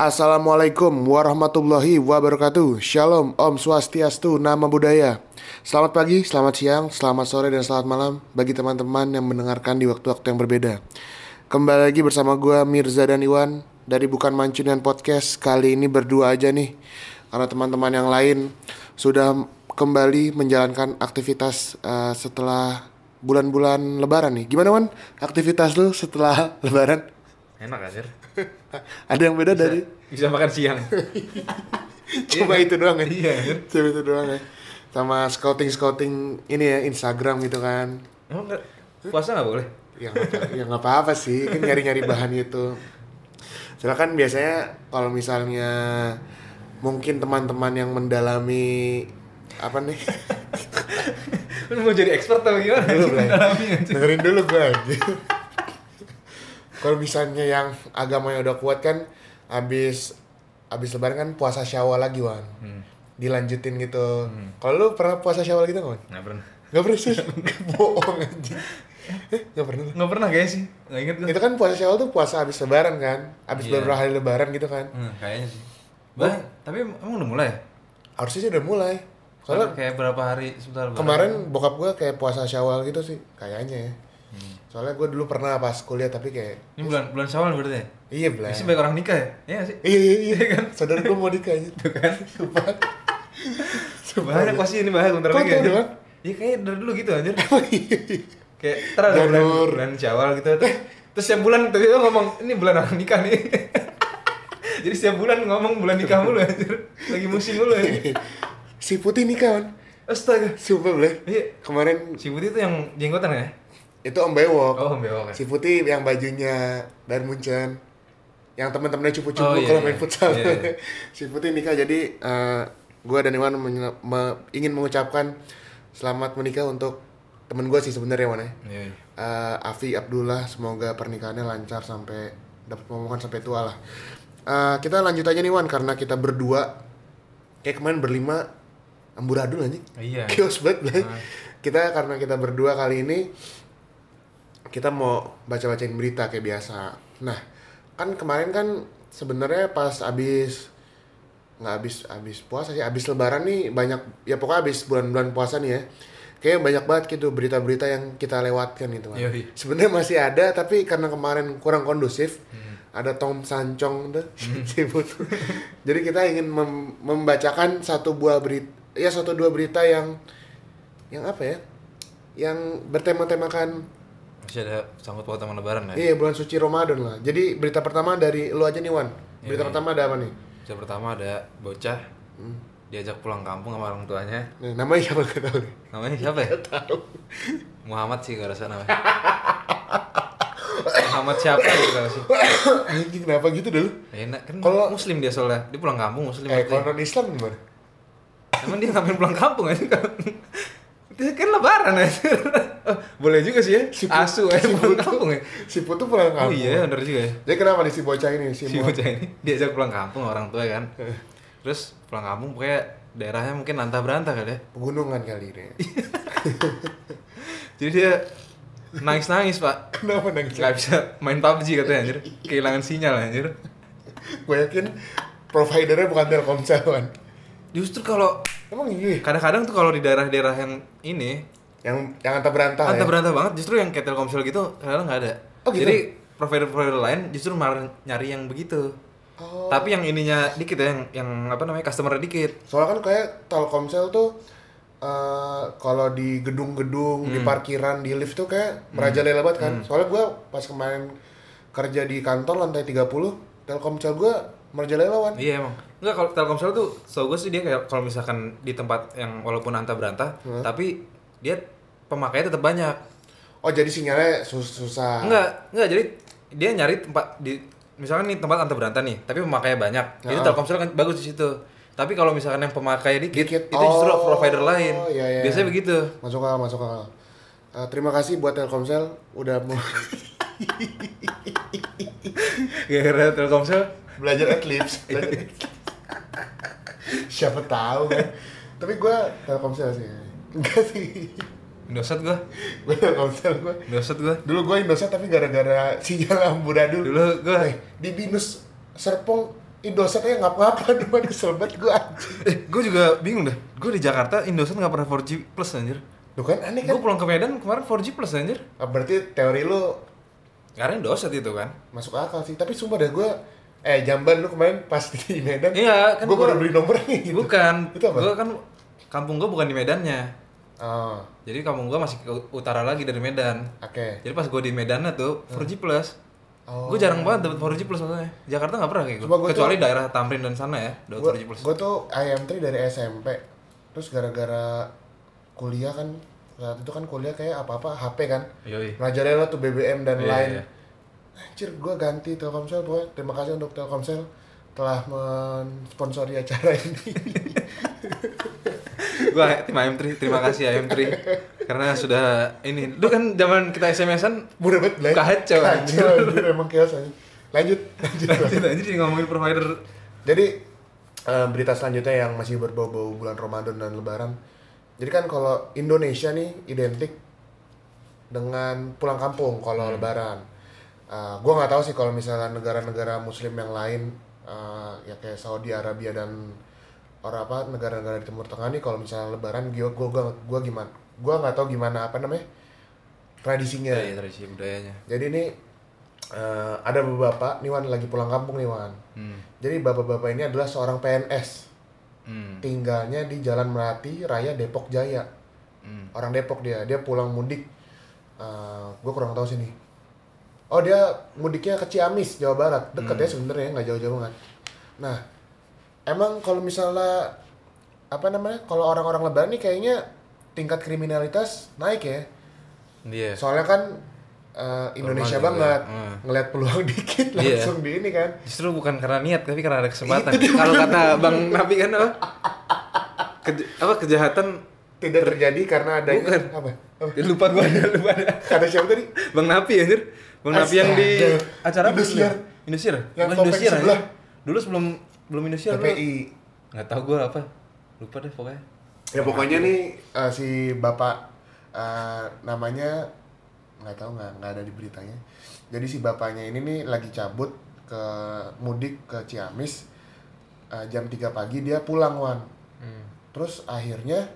Assalamualaikum warahmatullahi wabarakatuh. Shalom, Om Swastiastu, Nama Budaya. Selamat pagi, selamat siang, selamat sore, dan selamat malam bagi teman-teman yang mendengarkan di waktu-waktu yang berbeda. Kembali lagi bersama gue Mirza dan Iwan dari Bukan Mancunian Podcast. Kali ini berdua aja nih, karena teman-teman yang lain sudah kembali menjalankan aktivitas setelah bulan-bulan lebaran nih. Gimana, Wan? Aktivitas lu setelah lebaran? Enak anjir. Ada yang beda dari Bisa makan siang. Cuma itu doang ya? Iya anjir. Cuma itu doang ya? Sama scouting ini ya, Instagram gitu kan. Emang enggak puasa enggak boleh? Ya nggak apa-apa sih, kan nyari-nyari bahan gitu. Soalnya kan biasanya kalau misalnya mungkin teman-teman yang mendalami apa nih? Lu mau jadi expert atau gimana? Dengerin dulu gue aja. Kalau misalnya yang agamanya udah kuat kan, abis lebaran kan puasa Syawal lagi, Wan. Dilanjutin gitu. Kalau lu pernah puasa Syawal gitu nggak? Nggak pernah. Nggak pernah sih? Bohong aja. Nggak pernah? Nggak pernah kayaknya sih. Nggak inget gue. Itu kan puasa Syawal tuh puasa abis lebaran kan? Abis beberapa hari lebaran gitu kan? Kayaknya sih. Tapi emang udah mulai ya? Harusnya sih udah mulai. Soalnya kayak berapa hari sebentar lebaran? kemarin bokap gue kayak puasa Syawal gitu sih, kayaknya ya. Soalnya gue dulu pernah pas kuliah tapi kayak Ini bulan Syawal berarti ya? iya belah. Biasanya banyak orang nikah ya? Iya nggak sih? Iya kan? Saudara gue mau nikah aja. Tuh kan? Sumpah. Banyak pasti ini bahas bentar Kok lagi tau anjir. doang? Iya kayaknya dari dulu gitu anjir. Iya. Kayak ntar ada bulan Syawal gitu. Terus setiap bulan tuh dia ngomong ini bulan orang nikah nih. Jadi setiap bulan ngomong bulan nikah mulu anjir. Lagi musim mulu anjir. Si Putih nikah kan? Astaga. Sumpah belah. Iya. Kemarin Si Putih tuh yang jenggotan ya? itu Om Bewok. Oh, Bewok. Si Putih yang bajunya Bayern Munchen. Yang teman-temannya cupu-cupu Oh, iya, kalau iya. main futsal. Iya. Si Putih nikah, jadi gue dan Iwan ingin mengucapkan selamat menikah untuk temen gue sih sebenarnya, Wan ya. Iya. Afi Abdullah, semoga pernikahannya lancar sampai dapat momongan sampai tua lah. Kita lanjut aja nih, Wan, karena kita berdua kayak kemarin berlima amburadul anjing. Iya. Kios banget lah. Karena kita berdua kali ini kita mau baca-bacain berita kayak biasa. Nah, kan kemarin kan sebenarnya pas abis puasa sih, abis lebaran nih banyak ya, pokoknya abis bulan-bulan puasa nih ya. Kayak banyak banget gitu berita-berita yang kita lewatkan gitu kan. Sebenarnya masih ada tapi karena kemarin kurang kondusif. Ada Tom Sancong tuh. Jadi kita ingin membacakan satu dua berita yang apa ya? Yang bertema-temakan Masih ada sangkut paut sama lebaran ya? iya, bulan suci Ramadan lah. Jadi berita pertama dari lu aja nih, Wan. Berita pertama ada apa nih? Berita pertama ada bocah diajak pulang kampung sama orang tuanya. Nah, namanya siapa nggak tahu nih? Namanya siapa ya? Tahu. Muhammad sih gak rasa namanya. Muhammad siapa gitu gak sih? Anjing, kenapa gitu dulu? Enak kan Kalau- muslim dia soalnya. Dia pulang kampung muslim. Kalau non Islam gimana? Emang dia ngapain pulang kampung aja kan? Dia kan lebaran aja. Oh, boleh juga sih ya. Asu aja pulang kampung ya. Si Putu pulang Oh kampung. iya bener juga ya. Jadi kenapa nih si bocah ini? Si bocah ini diajak pulang kampung sama orang tua kan. Terus pulang kampung pokoknya daerahnya mungkin lantah berantah kali ya. Pegunungan kali ini. Jadi dia nangis-nangis pak. Kenapa nangis? Gak bisa main PUBG katanya anjir. Kehilangan sinyal anjir. Gue yakin providernya bukan Telkomsel, kan. Justru kalau Emang iya? kadang-kadang tuh kalau di daerah-daerah yang ini Yang antah berantah antah ya? berantah banget, justru yang kayak Telkomsel gitu kadang nggak ada. Oh, gitu? Jadi provider-provider lain justru malah nyari yang begitu. Oh. Tapi yang ininya dikit ya, yang apa namanya customer dikit. Soalnya kan kayak Telkomsel tuh kalau di gedung-gedung, di parkiran, di lift tuh kayak merajalela banget kan. Soalnya gue pas kemarin kerja di kantor lantai 30, Telkomsel gue merajalela, Wan. Iya emang. Enggak, kalau Telkomsel tuh setahu gue sih dia kayak kalau misalkan di tempat yang walaupun antah berantah, tapi dia pemakainya tetap banyak. Oh, jadi sinyalnya susah. Enggak, jadi dia nyari tempat di misalkan nih tempat antah berantah nih, tapi pemakainya banyak. Jadi Telkomsel kan bagus di situ. Tapi kalau misalkan yang pemakainya dikit. Itu justru provider lain. Iya. Biasanya begitu. Masuk akal. Terima kasih buat Telkomsel udah mau Gara-gara Telkomsel belajar adlibs. Siapa tahu kan. Tapi gue Telkomsel sih. Enggak sih. Indosat gua. Gue Telkomsel gue. Indosat gua. Dulu gue Indosat tapi gara-gara sinyal amburadul. Dulu gua Di Binus Serpong Indosat aja ngapa-ngapa depan kesel banget gue anjing. Gue juga bingung dah. Gue di Jakarta Indosat nggak pernah 4G plus anjir. Lu kan aneh kan? Gue pulang ke Medan kemarin 4G plus anjir. Berarti teori lu Karena Indosat itu kan. masuk akal sih. Tapi sumpah dah gue Jamban lu kemarin pas di Medan. Iya kan. Gue baru beli nomornya gitu. Bukan. Itu apa? Gue kan kampung gue bukan di Medannya. Oh, Jadi kampung gue masih ke utara lagi dari Medan. oke. Jadi pas gue di Medannya tuh 4G plus. Oh. Gue jarang banget dapet 4G plus maksudnya. Jakarta nggak pernah kayak gue. Cuma gua Kecuali tuh- daerah Tamrin dan sana ya, dapat 4G plus. Gue tuh IM3 dari SMP. Terus gara-gara kuliah kan saat itu kan kuliah kayak apa-apa HP kan. Yoi. Ngajarin lah tuh BBM dan Iya, lain. iya. Anjir, gue ganti Telkomsel pokoknya. Terima kasih untuk Telkomsel telah mensponsori acara ini. Gue tim AM3, terima kasih AM3 karena sudah ini. Lu kan zaman kita SMS-an Mudah banget lah. Kacau, anjir. Kacau anjir, emang chaos anjir. Lanjut. jadi ngomongin provider. Jadi berita selanjutnya yang masih berbau-bau bulan Ramadan dan Lebaran. Jadi kan kalau Indonesia nih identik dengan pulang kampung kalau Lebaran. Gue nggak tahu sih kalau misalnya negara-negara Muslim yang lain, ya kayak Saudi Arabia dan orang apa negara-negara di Timur Tengah nih kalau misalnya Lebaran, gue gimana? Gue nggak tahu gimana apa namanya tradisinya. Iya, tradisi budayanya. Jadi ini ada bapak nih Wan lagi pulang kampung nih Wan. Jadi bapak-bapak ini adalah seorang PNS. Tinggalnya di Jalan Melati Raya Depok Jaya. Orang Depok dia pulang mudik. Gue kurang tahu sih nih. Oh dia mudiknya ke Ciamis Jawa Barat, deket ya sebenarnya nggak jauh-jauh banget. Nah emang kalau misalnya apa namanya kalau orang-orang Lebaran nih kayaknya tingkat kriminalitas naik ya. Iya. Soalnya kan Indonesia Normal juga. banget ngeliat peluang dikit Iya. langsung di ini kan. Justru bukan karena niat tapi karena ada kesempatan. Kalau kata Bang Nabi kan apa kejahatan Tidak terjadi karena adanya Bukan. apa? lupa gua lupa. Kata siapa tadi? Bang Napi anjir. Bang Napi yang di Astaga. acara apa? Indosiar. Indosiar. Yang Bukan topeng Indosiar, sebelah. anjir. Dulu sebelum Indosiar. TPI. Enggak tahu gua apa. Lupa deh pokoknya. Ya pokoknya nih si bapak namanya nggak tahu nggak ada di beritanya. Jadi si bapaknya ini nih lagi cabut ke mudik ke Ciamis jam 3 pagi dia pulang Wan. Terus akhirnya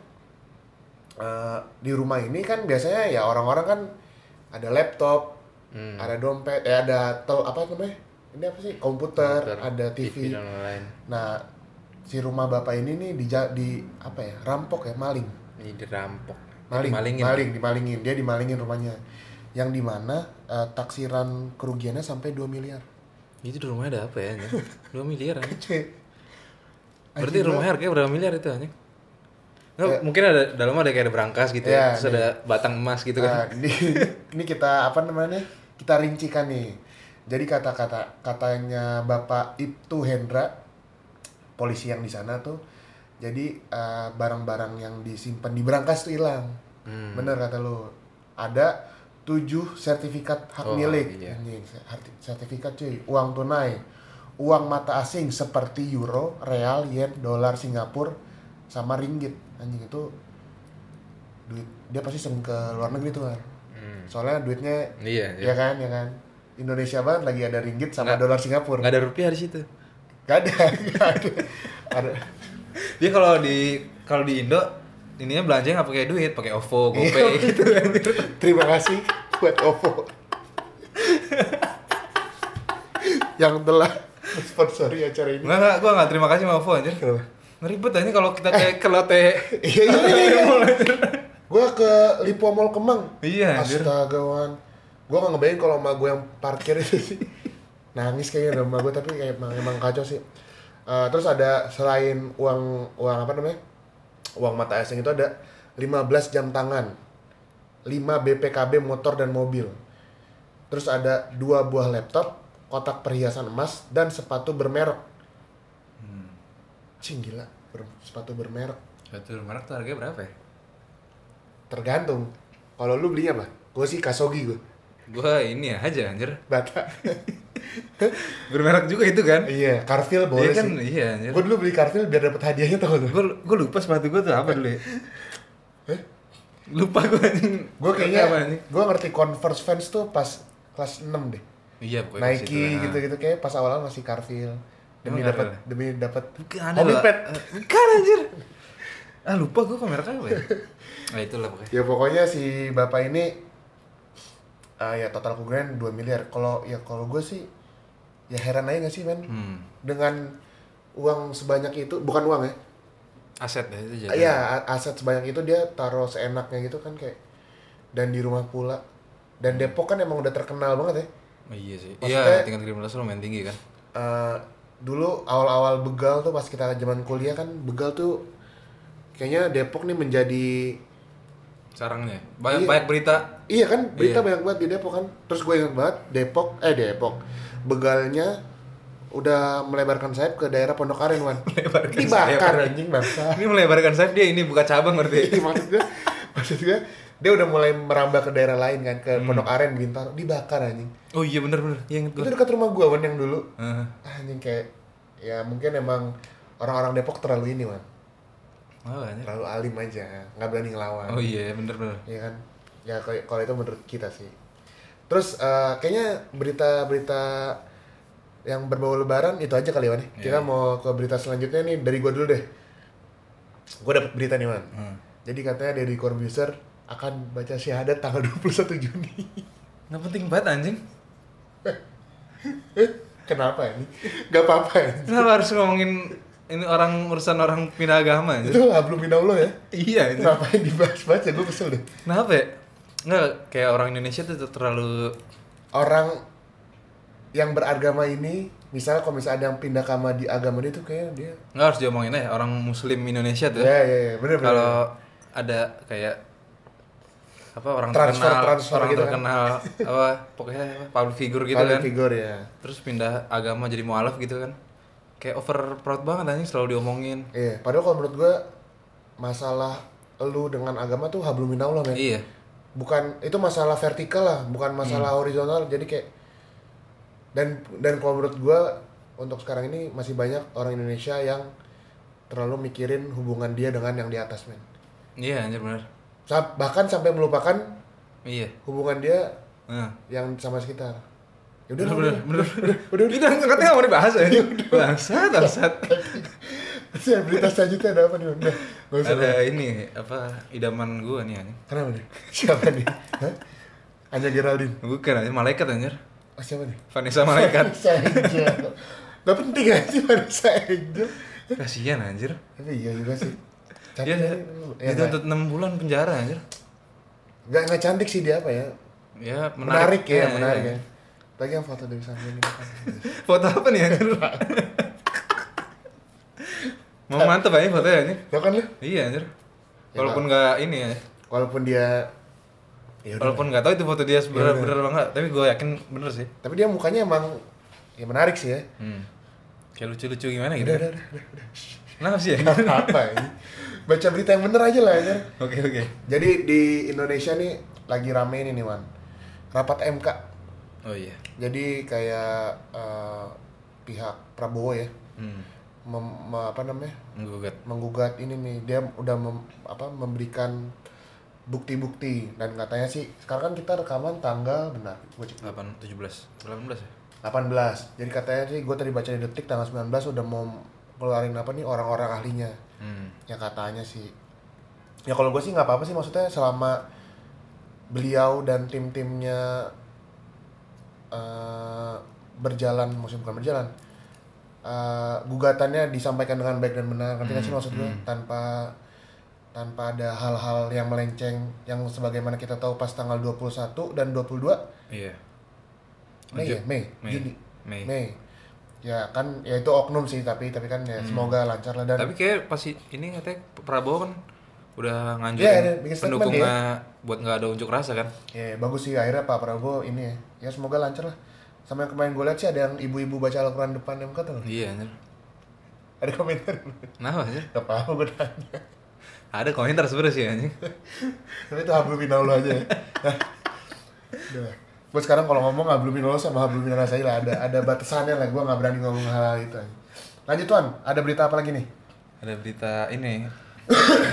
di rumah ini kan biasanya ya orang-orang kan ada laptop, ada dompet, ada apa namanya? Ini apa sih? Komputer, ada TV. dan lain-lain. Nah, si rumah bapak ini nih di apa ya? Rampok ya, maling. Ini dirampok. Dimalingin. Dia dimalingin rumahnya. Yang dimana taksiran kerugiannya sampai 2 miliar. Itu di rumahnya ada apa ya? 2 miliar anjing. Berarti Anjing, rumahnya harganya berapa miliar itu anjing? Nggak, mungkin ada dalamnya ada kayak ada brankas gitu ya, terus ada batang emas gitu kan. Ini kita apa namanya? Kita rincikan nih. Jadi katanya Bapak Ibtu Hendra, polisi yang di sana tuh, jadi barang-barang yang disimpan di brankas tuh hilang. Bener kata lu. Ada 7 sertifikat hak milik. Iya. Anjing, sertifikat cuy, uang tunai, uang mata asing seperti euro, real, yen, dolar Singapura, sama ringgit. Anjing itu duit dia pasti sering ke luar negeri tuh kan. Soalnya duitnya Iya. ya kan Indonesia banget lagi ada ringgit sama dolar Singapura. Nggak ada rupiah di situ. Gak ada. Ada. Dia kalau di Indo ininya belanjanya nggak pakai duit, pakai OVO, GoPay gitu kan. Terima kasih buat OVO yang telah sponsori acara ini. Enggak, gua nggak terima kasih sama OVO anjir. Kenapa? Ngeribet aja kalau kita kalau teh. Iya. Gue ke Lipo Mall Kemang. Iya, anjir. Astaga, Wan. Gue gak ngebayangin kalau emak gue yang parkir itu sih. Nangis kayaknya sama gue, tapi kayak emang kacau sih. Terus ada selain uang apa namanya? Uang mata asing itu ada 15 jam tangan, 5 BPKB motor dan mobil. Terus ada 2 buah laptop, kotak perhiasan emas, dan sepatu bermerek. Cing gila, sepatu bermerek. Sepatu bermerek tuh harganya berapa ya? Tergantung. Kalau lu belinya apa? Gue sih Kasogi gue. Gua ini aja anjir. Bata. Bermerek juga itu kan? Iya, Carville boleh Iya kan, sih. iya anjir. Gue dulu beli Carville biar dapet hadiahnya tau gak lu? Gua lupa sepatu gua tuh apa dulu ya? Lupa gua anjing. Gue Apa kayaknya, anjing? gue ngerti Converse Vans tuh pas kelas 6 deh. Iya pokoknya pas itu Nike lah. gitu-gitu kayak pas awal-awal masih Carville. demi dapat Hobby Pet. Bukan anjir. Lupa gue kok mereknya apa ya. Nah itulah pokoknya. Ya pokoknya si bapak ini ya total kerugian 2 miliar. Kalau gue sih ya heran aja nggak sih men, dengan uang sebanyak itu, bukan uang ya, aset ya itu jadi. Iya, aset sebanyak itu dia taruh seenaknya gitu kan, kayak, dan di rumah pula. Dan Depok kan emang udah terkenal banget ya. Oh, iya sih. Maksudnya, iya, tingkat kriminalitas lumayan tinggi kan. Dulu awal-awal begal tuh pas kita zaman kuliah kan, begal tuh kayaknya Depok nih menjadi sarangnya. Banyak berita. Iya kan, berita banyak banget di Depok kan. Terus gue ingat banget Depok begalnya udah melebarkan sayap ke daerah Pondok Aren, Wan. Dibakar anjing bangsa. Ini melebarkan sayap, dia ini buka cabang berarti. maksud gue dia udah mulai merambah ke daerah lain kan, ke Pondok Aren, Bintaro, dibakar anjing. Oh iya bener. Iya inget gue. Itu dekat rumah gue, Wan, yang dulu. Anjing kayak ya mungkin emang orang-orang Depok terlalu ini, Wan. Terlalu alim aja, nggak berani ngelawan. Oh iya bener. Iya kan. Ya kalau itu menurut kita sih. Terus kayaknya berita-berita yang berbau lebaran itu aja kali, Wan. Kita mau ke berita selanjutnya nih, dari gue dulu deh. Gue dapet berita nih, Wan. Jadi katanya Deddy Corbuzier akan baca syahadat tanggal 21 Juni. Nggak penting banget anjing. Kenapa ini? Gak apa-apa ya. Kenapa harus ngomongin ini urusan orang pindah agama aja? Itu belum minaulo ya? Iya itu. Ngapain dibahas-bahas ya, gue kesel deh. Kenapa ya? Nggak, kayak orang Indonesia tuh terlalu... Orang yang beragama ini, misalnya kalau misalnya ada yang pindah di agama dia tuh kayak dia... Nggak harus diomongin aja, orang muslim Indonesia tuh. Iya, bener. Kalau ada kayak apa orang transfer gitu terkenal kan? Apa pokoknya public figure gitu public kan. Figure ya. Terus pindah agama jadi mualaf gitu kan. Kayak over proud banget anjing, selalu diomongin. Iya, padahal kalau menurut gue masalah lu dengan agama tuh hablum minallah, men. Iya. Bukan, itu masalah vertikal lah, bukan masalah horizontal. Jadi kayak dan kalau menurut gue untuk sekarang ini masih banyak orang Indonesia yang terlalu mikirin hubungan dia dengan yang di atas, men. Iya, anjir benar. Bahkan sampai melupakan hubungan dia yang sama sekitar. Ya udah, bener. Udah nggak mau dibahas ya. Bangsat. Terus berita selanjutnya ada apa nih? Udah, nggak usah. Ada ini apa idaman gua nih anjing. Kenapa nih? Siapa nih? Hah? Anya Geraldine. Bukan anjing, malaikat anjir. Oh, siapa nih? Vanessa Malaikat. Vanessa Angel. Gak penting aja Vanessa Angel. Kasian anjir. Tapi iya juga sih. Dia dituntut 6 bulan penjara anjir. Gak cantik sih dia apa ya? Ya menarik ya. Lagi yang foto dari samping ini kan. Foto apa nih anjir? Mau mantep aja fotonya anjir. Lo kan lu? Iya anjir. Walaupun enggak ini ya. Walaupun dia walaupun enggak tahu itu foto dia bener apa enggak, tapi gue yakin bener sih. Tapi dia mukanya emang ya menarik sih ya. Kayak lucu-lucu gimana gitu. Udah. Kenapa sih ya? Apa ini? Baca berita yang bener aja lah ya. Oke. Jadi di Indonesia nih lagi rame ini nih, Wan. Rapat MK. Oh iya. Jadi kayak pihak Prabowo ya. Menggugat ini nih. Dia udah memberikan bukti-bukti, dan katanya sih sekarang kan kita rekaman tanggal benar. Gua cek 18 ya? 18. Jadi katanya sih gue tadi baca di Detik tanggal 19 udah mau keluarin apa nih orang-orang ahlinya. Ya katanya sih. Ya kalau gue sih nggak apa-apa sih, maksudnya selama beliau dan tim-timnya berjalan, maksudnya bukan berjalan, gugatannya disampaikan dengan baik dan benar. Ngerti nggak sih maksud gue? Tanpa ada hal-hal yang melenceng, yang sebagaimana kita tahu pas tanggal 21 dan 22. Iya. Mei. Ya kan, ya itu oknum sih, tapi kan ya semoga lancar lah. Dan tapi kayak pasti ini katanya Prabowo kan udah nganjurin pendukungnya buat nggak ada unjuk rasa kan. Ya bagus sih, akhirnya Pak Prabowo ini ya semoga lancar lah. Sama yang kemarin gue liat sih ada yang ibu-ibu baca Al-Quran depan MK tuh. Iya anjir. Ada komentar. Kenapa sih? Gak apa-apa gue tanya. Ada komentar sebenernya sih anjing. Tapi itu hablum minallah aja ya. Udah. Gue sekarang kalau ngomong hablum minallah sama hablum minallah saya lah, ada batasannya lah, gue gak berani ngomong hal itu. Lanjut Tuan, ada berita apa lagi nih? Ada berita ini.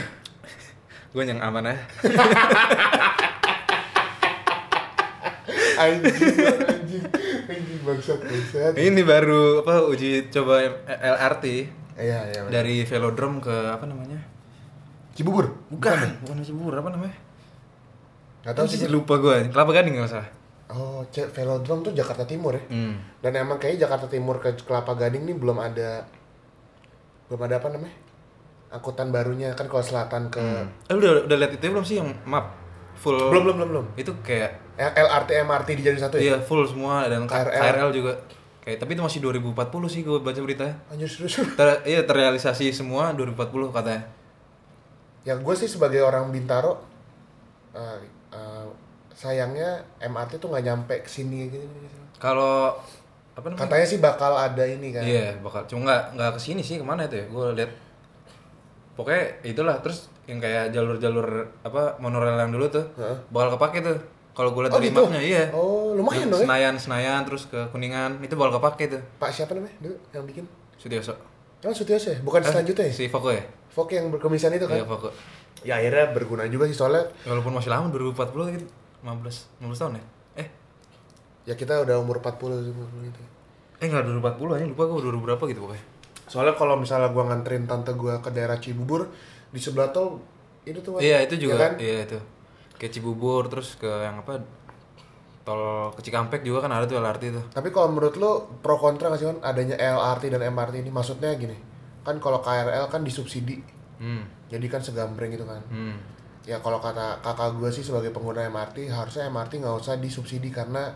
Gue yang aman ya. Anjing bangsat. Ini baru uji coba LRT. Iya. Dari Velodrome ke apa namanya? Cibubur? Bukan Cibubur, apa namanya? Gak tau sih. Lupa gue. Kelapa Gading nggak salah. Oh, Velodrome tuh Jakarta Timur ya? Dan emang kayaknya Jakarta Timur ke Kelapa Gading nih belum ada apa namanya? Angkutan barunya kan kalau selatan ke Udah lihat itu belum sih yang map full? Belum. Itu kayak LRT MRT dijadiin satu ya? Iya, full semua dan KRL juga. Kayak tapi itu masih 2040 sih gue baca beritanya. Anjir serius. Terrealisasi semua 2040 katanya. Ya gue sih sebagai orang Bintaro sayangnya MRT tuh nggak nyampe ke sini gitu. Kalau apa namanya? Katanya sih bakal ada ini kan. Iya, bakal. Cuma nggak ke sini sih, kemana itu ya? Gue lihat. Pokoknya itulah, terus yang kayak jalur-jalur monorail yang dulu tuh bakal kepake tuh. Kalau gue lihat dari gitu? mapnya, iya. Oh, lumayan dong ya. Senayan terus ke Kuningan, itu bakal kepake tuh. Pak siapa namanya dulu yang bikin? Sutioso. Oh, Sutioso ya? Bukan selanjutnya ya? Si Foko ya? Fok yang berkemisan itu kan? Iya, Foko. Ya akhirnya berguna juga sih soalnya. Walaupun masih lama 2040 gitu. 15 tahun ya? Ya kita udah umur 40 gitu. Enggak 2040 aja, lupa gue 2000 berapa gitu pokoknya. Soalnya kalau misalnya gua nganterin tante gua ke daerah Cibubur, di sebelah tol itu tuh. Iya, itu juga. Ya kan? Iya, itu. Kayak Cibubur terus ke yang tol ke Cikampek juga kan ada tuh LRT tuh. Tapi kalau menurut lo pro kontra nggak sih kan adanya LRT dan MRT ini? Maksudnya gini, kan kalau KRL kan disubsidi, jadi kan segambreng gitu kan. Ya kalau kata kakak gue sih sebagai pengguna MRT, harusnya MRT nggak usah disubsidi karena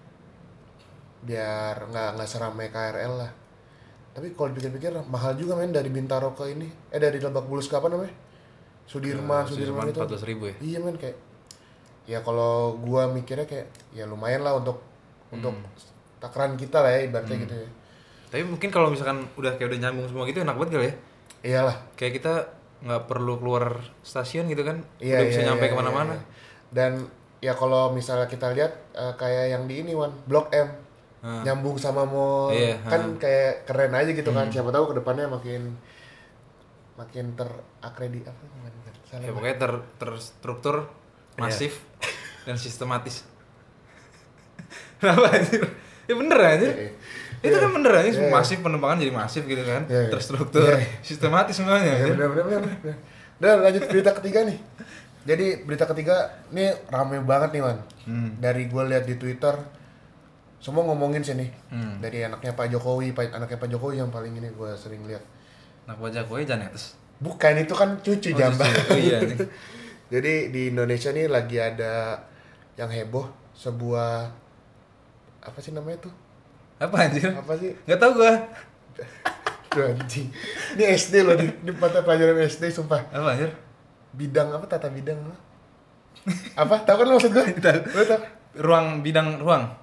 biar nggak seramai KRL lah. Tapi kalau dipikir-pikir mahal juga men dari Bintaro ke ini, dari Lebak Bulus ke apa namanya? Sudirman itu 14.000 ya? Iya men, kayak ya kalau gua mikirnya kayak ya lumayan lah untuk takaran kita lah ya ibaratnya gitu ya. Tapi mungkin kalau misalkan udah nyambung semua gitu enak banget kali ya? Iyalah. Kayak kita nggak perlu keluar stasiun gitu kan? Iya, udah bisa nyampe kemana-mana. Iya. Dan ya kalau misalnya kita lihat kayak yang di ini Blok M nyambung sama mall, kan kayak keren aja gitu kan. Siapa tahu kedepannya makin terakredit apa ya pokoknya terstruktur, masif dan sistematis. Kenapa anjir? Ya bener anjir. Itu kan bener aja, masif, penumpangnya jadi masif gitu kan. Terstruktur, sistematis semuanya. Bener. Dan lanjut berita ketiga nih. Jadi berita ketiga nih rame banget nih Wan. Dari gue lihat di Twitter semua ngomongin sini. Dari anaknya Pak Jokowi yang paling ini gue sering lihat. Anak Pak Jokowi Janetes. Bukan, itu kan cucu Jambang. Oh iya nih. Jadi di Indonesia nih lagi ada yang heboh, sebuah apa sih namanya tuh? Apa anjir? Apa sih? Nggak tahu gua. Tuh anjing. Ini SD loh, di mata pelajaran SD sumpah. Apa anjir? Bidang apa, tata bidang apa? Tahu kan lo maksud gue? Lo tahu? Ruang bidang.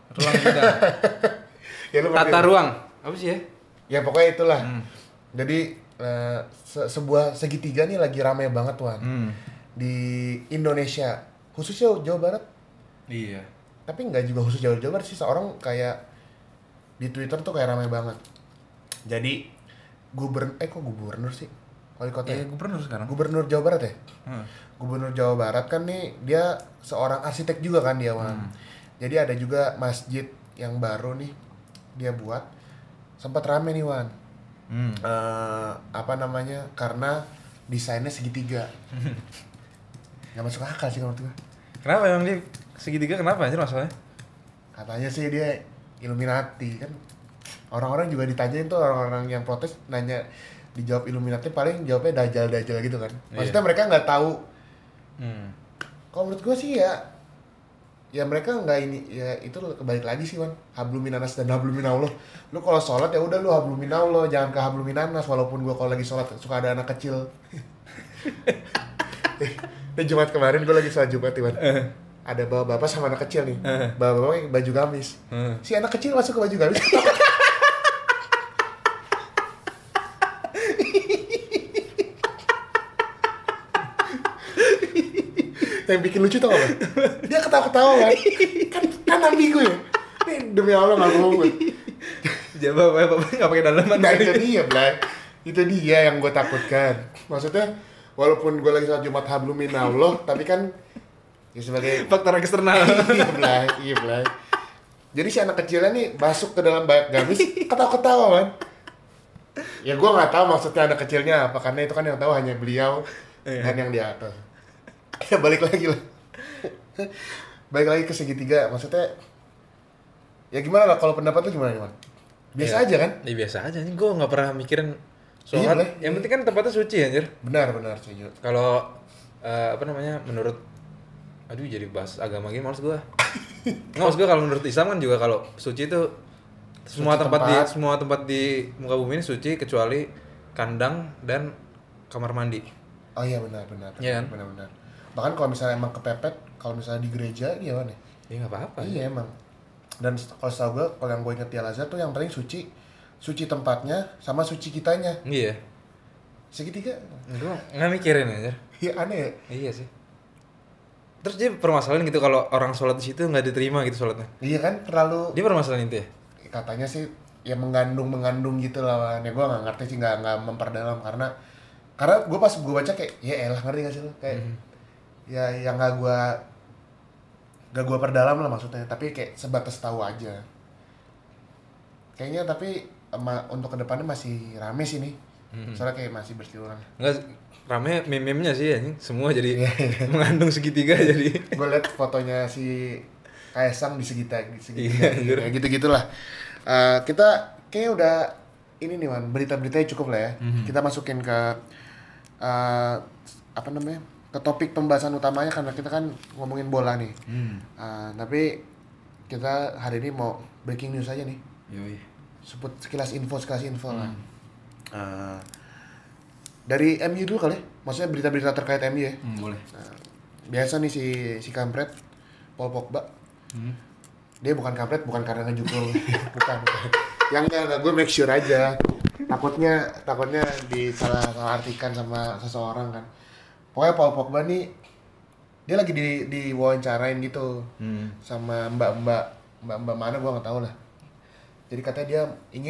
Ya, tata ruang. Apa sih ya? Ya pokoknya itulah. Jadi sebuah segitiga nih lagi ramai banget Wan. Di Indonesia, khususnya Jawa Barat. Iya. Tapi nggak juga khusus Jawa Barat sih, seorang kayak di Twitter tuh kayak ramai banget. Jadi gubernur sih? Wali kota. Iya, gubernur sekarang. Gubernur Jawa Barat ya? Gubernur Jawa Barat kan nih dia seorang arsitek juga kan dia Wan. Jadi ada juga masjid yang baru nih dia buat, sempat rame nih Wan. Apa namanya, karena desainnya segitiga. Nggak masuk akal sih menurut gue. Kenapa emang dia segitiga, kenapa anjir masalahnya? Katanya sih dia Illuminati kan. Orang-orang juga ditanyain tuh, orang-orang yang protes nanya, dijawab Illuminati paling jawabnya dajal gitu kan. Maksudnya mereka nggak tahu. Kalau menurut gue sih ya mereka nggak ini, ya itu kebalik lagi sih Wan, habluminanas dan habluminallah. Lu kalau sholat ya udah lu habluminallah, jangan ke habluminanas. Walaupun gua kalau lagi sholat suka ada anak kecil. Ini Jumat kemarin gua lagi sholat Jumat Wan. Ada bapak sama anak kecil nih. Bapak baju gamis. Si anak kecil masuk ke baju gamis. Yang bikin lucu tau apa? Dia ketawa-ketawa kan ambigu ya. Ini demi Allah nggak bohong gue. Jawab apa nggak pakai dalaman. Nah itu dia, Blay. Itu dia yang gue takutkan. Maksudnya walaupun gue lagi sholat Jumat habluminallah, tapi kan Ya sebagai faktor eksternal. iya Blay. Jadi si anak kecilnya nih masuk ke dalam banyak gamis, ketawa-ketawa man. Ya gue nggak tahu maksudnya anak kecilnya apa, karena itu kan yang tahu hanya beliau dan yang di atas. Ya balik lagi lah. Balik lagi ke segitiga, maksudnya ya gimana lah, kalau pendapat lu gimana man? Biasa aja kan? Iya biasa aja, nih gue nggak pernah mikirin Iya, soal. boleh. Yang penting kan tempatnya suci anjir. Benar setuju. Kalau menurut aduh jadi bahas agama gini males gue. Nggak, maksud gue kalau menurut Islam kan juga kalau suci itu semua tempat di muka bumi ini suci kecuali kandang dan kamar mandi. Oh iya benar. Iya kan? Benar. Bahkan kalau misalnya emang kepepet, kalau misalnya di gereja gimana? Ya nggak apa-apa. Iya emang. Dan kalau setahu gue, kalau yang gue inget di Al-Azhar tuh yang paling suci tempatnya sama suci kitanya. Iya. Segitiga. Gue nggak mikirin anjir. Iya aneh ya. Iya sih. Terus dia permasalahan gitu kalau orang sholat di situ nggak diterima gitu sholatnya. Iya kan terlalu. Dia permasalahan itu ya. Katanya sih ya mengandung gitu lah. Ya gue nggak ngerti sih, nggak memperdalam karena gue pas gue baca kayak ya elah, ngerti gak sih lo kayak ya yang nggak gue perdalam lah maksudnya, tapi kayak sebatas tahu aja. Kayaknya tapi untuk kedepannya masih rame sih nih. Soalnya kayak masih berseliweran. Enggak rame meme-nya sih anjing. Semua jadi mengandung segitiga jadi. Gue liat fotonya si Kaisang di segitiga Iya, kayak gitu-gitulah. Kita kayaknya udah ini nih man, berita-beritanya cukup lah ya. Kita masukin ke ke topik pembahasan utamanya karena kita kan ngomongin bola nih. Tapi kita hari ini mau breaking news aja nih. Yoi. Sebut sekilas info lah. Dari MU dulu kali ya, maksudnya berita-berita terkait MU ya. Boleh. Biasa nih si kampret Paul Pogba. Dia bukan kampret bukan karena ngejukul. bukan. Yang gue make sure aja. Takutnya disalah artikan sama seseorang kan. Pokoknya Paul Pogba nih dia lagi di wawancarain gitu sama mbak mana gue nggak tahu lah. Jadi katanya dia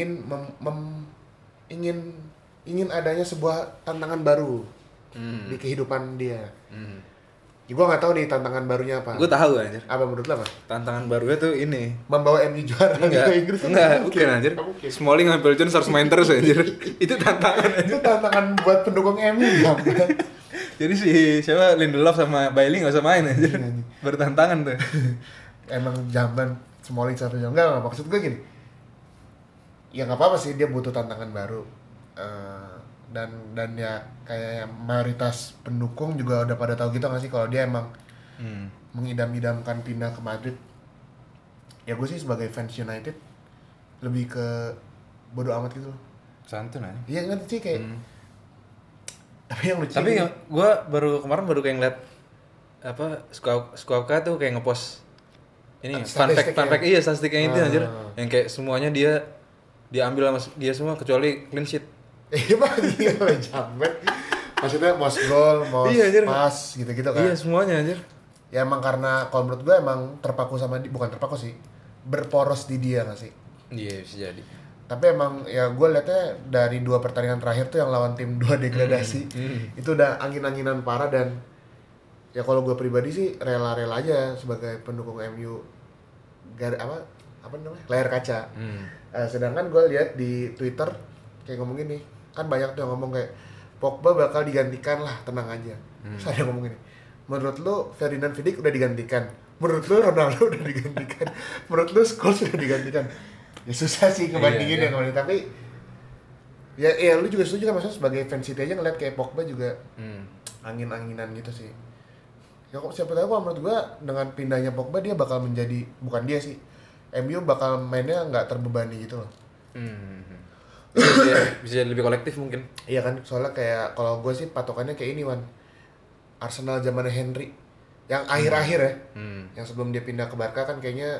ingin adanya sebuah tantangan baru di kehidupan dia. Ya, gue nggak tahu nih tantangan barunya apa. Gue tahu anjir. Apa menurut lo apa? Tantangan barunya tuh ini. Membawa MU juara Liga Inggris. Enggak, bukan anjir. Smalling ngambil Jones harus main terus anjir. Itu tantangan anjir. Itu tantangan buat pendukung MU ya. Jadi siapa Lindelof sama Bailey enggak usah main anjir. Bertantangan tuh. Emang zaman Smalling satu jam. Enggak, maksud gue gini. Ya nggak apa-apa sih, dia butuh tantangan baru. Dan ya kayak mayoritas pendukung juga udah pada tahu gitu nggak sih kalau dia emang mengidam-idamkan pindah ke Madrid. Ya gue sih sebagai fans United lebih ke bodo amat gitu loh. Santun aja. Iya kan sih kayak. Tapi yang lucu. Tapi gue kemarin baru kayak ngeliat apa Skuapka tuh kayak ngepost ini fun fact iya statistiknya itu anjir. Yang kayak semuanya dia diambil sama dia semua kecuali clean sheet. Emang iya jamet. Maksudnya most goal, most pass gitu-gitu kan. Iya semuanya anjir. Ya emang karena kalau menurut gue emang terpaku sama bukan terpaku sih. Berporos di dia gak sih? Iya bisa jadi. Tapi emang ya gue liatnya dari 2 pertandingan terakhir tuh yang lawan tim 2 degradasi. Itu udah angin-anginan parah dan ya kalau gue pribadi sih rela-rela aja sebagai pendukung MU. Apa namanya? Layar kaca. Sedangkan gue lihat di Twitter kayak ngomong gini, kan banyak tuh yang ngomong kayak Pogba bakal digantikan lah, tenang aja. Terus ada yang ngomong gini, menurut lu Ferdinand Vidic udah digantikan, menurut lu Ronaldo udah digantikan, menurut lu Scholes udah digantikan. Ya susah sih ngebandingin ya tapi ya lu juga setuju kan, maksudnya sebagai fans City aja ngeliat kayak Pogba juga angin-anginan gitu sih. Ya kok siapa tahu kalau menurut gua dengan pindahnya Pogba dia bakal menjadi, bukan dia sih, MU bakal mainnya nggak terbebani gitu loh. Bisa lebih kolektif mungkin. Iya kan, soalnya kayak kalau gue sih patokannya kayak ini Wan, Arsenal zamannya Henry yang akhir-akhir ya, yang sebelum dia pindah ke Barca kan kayaknya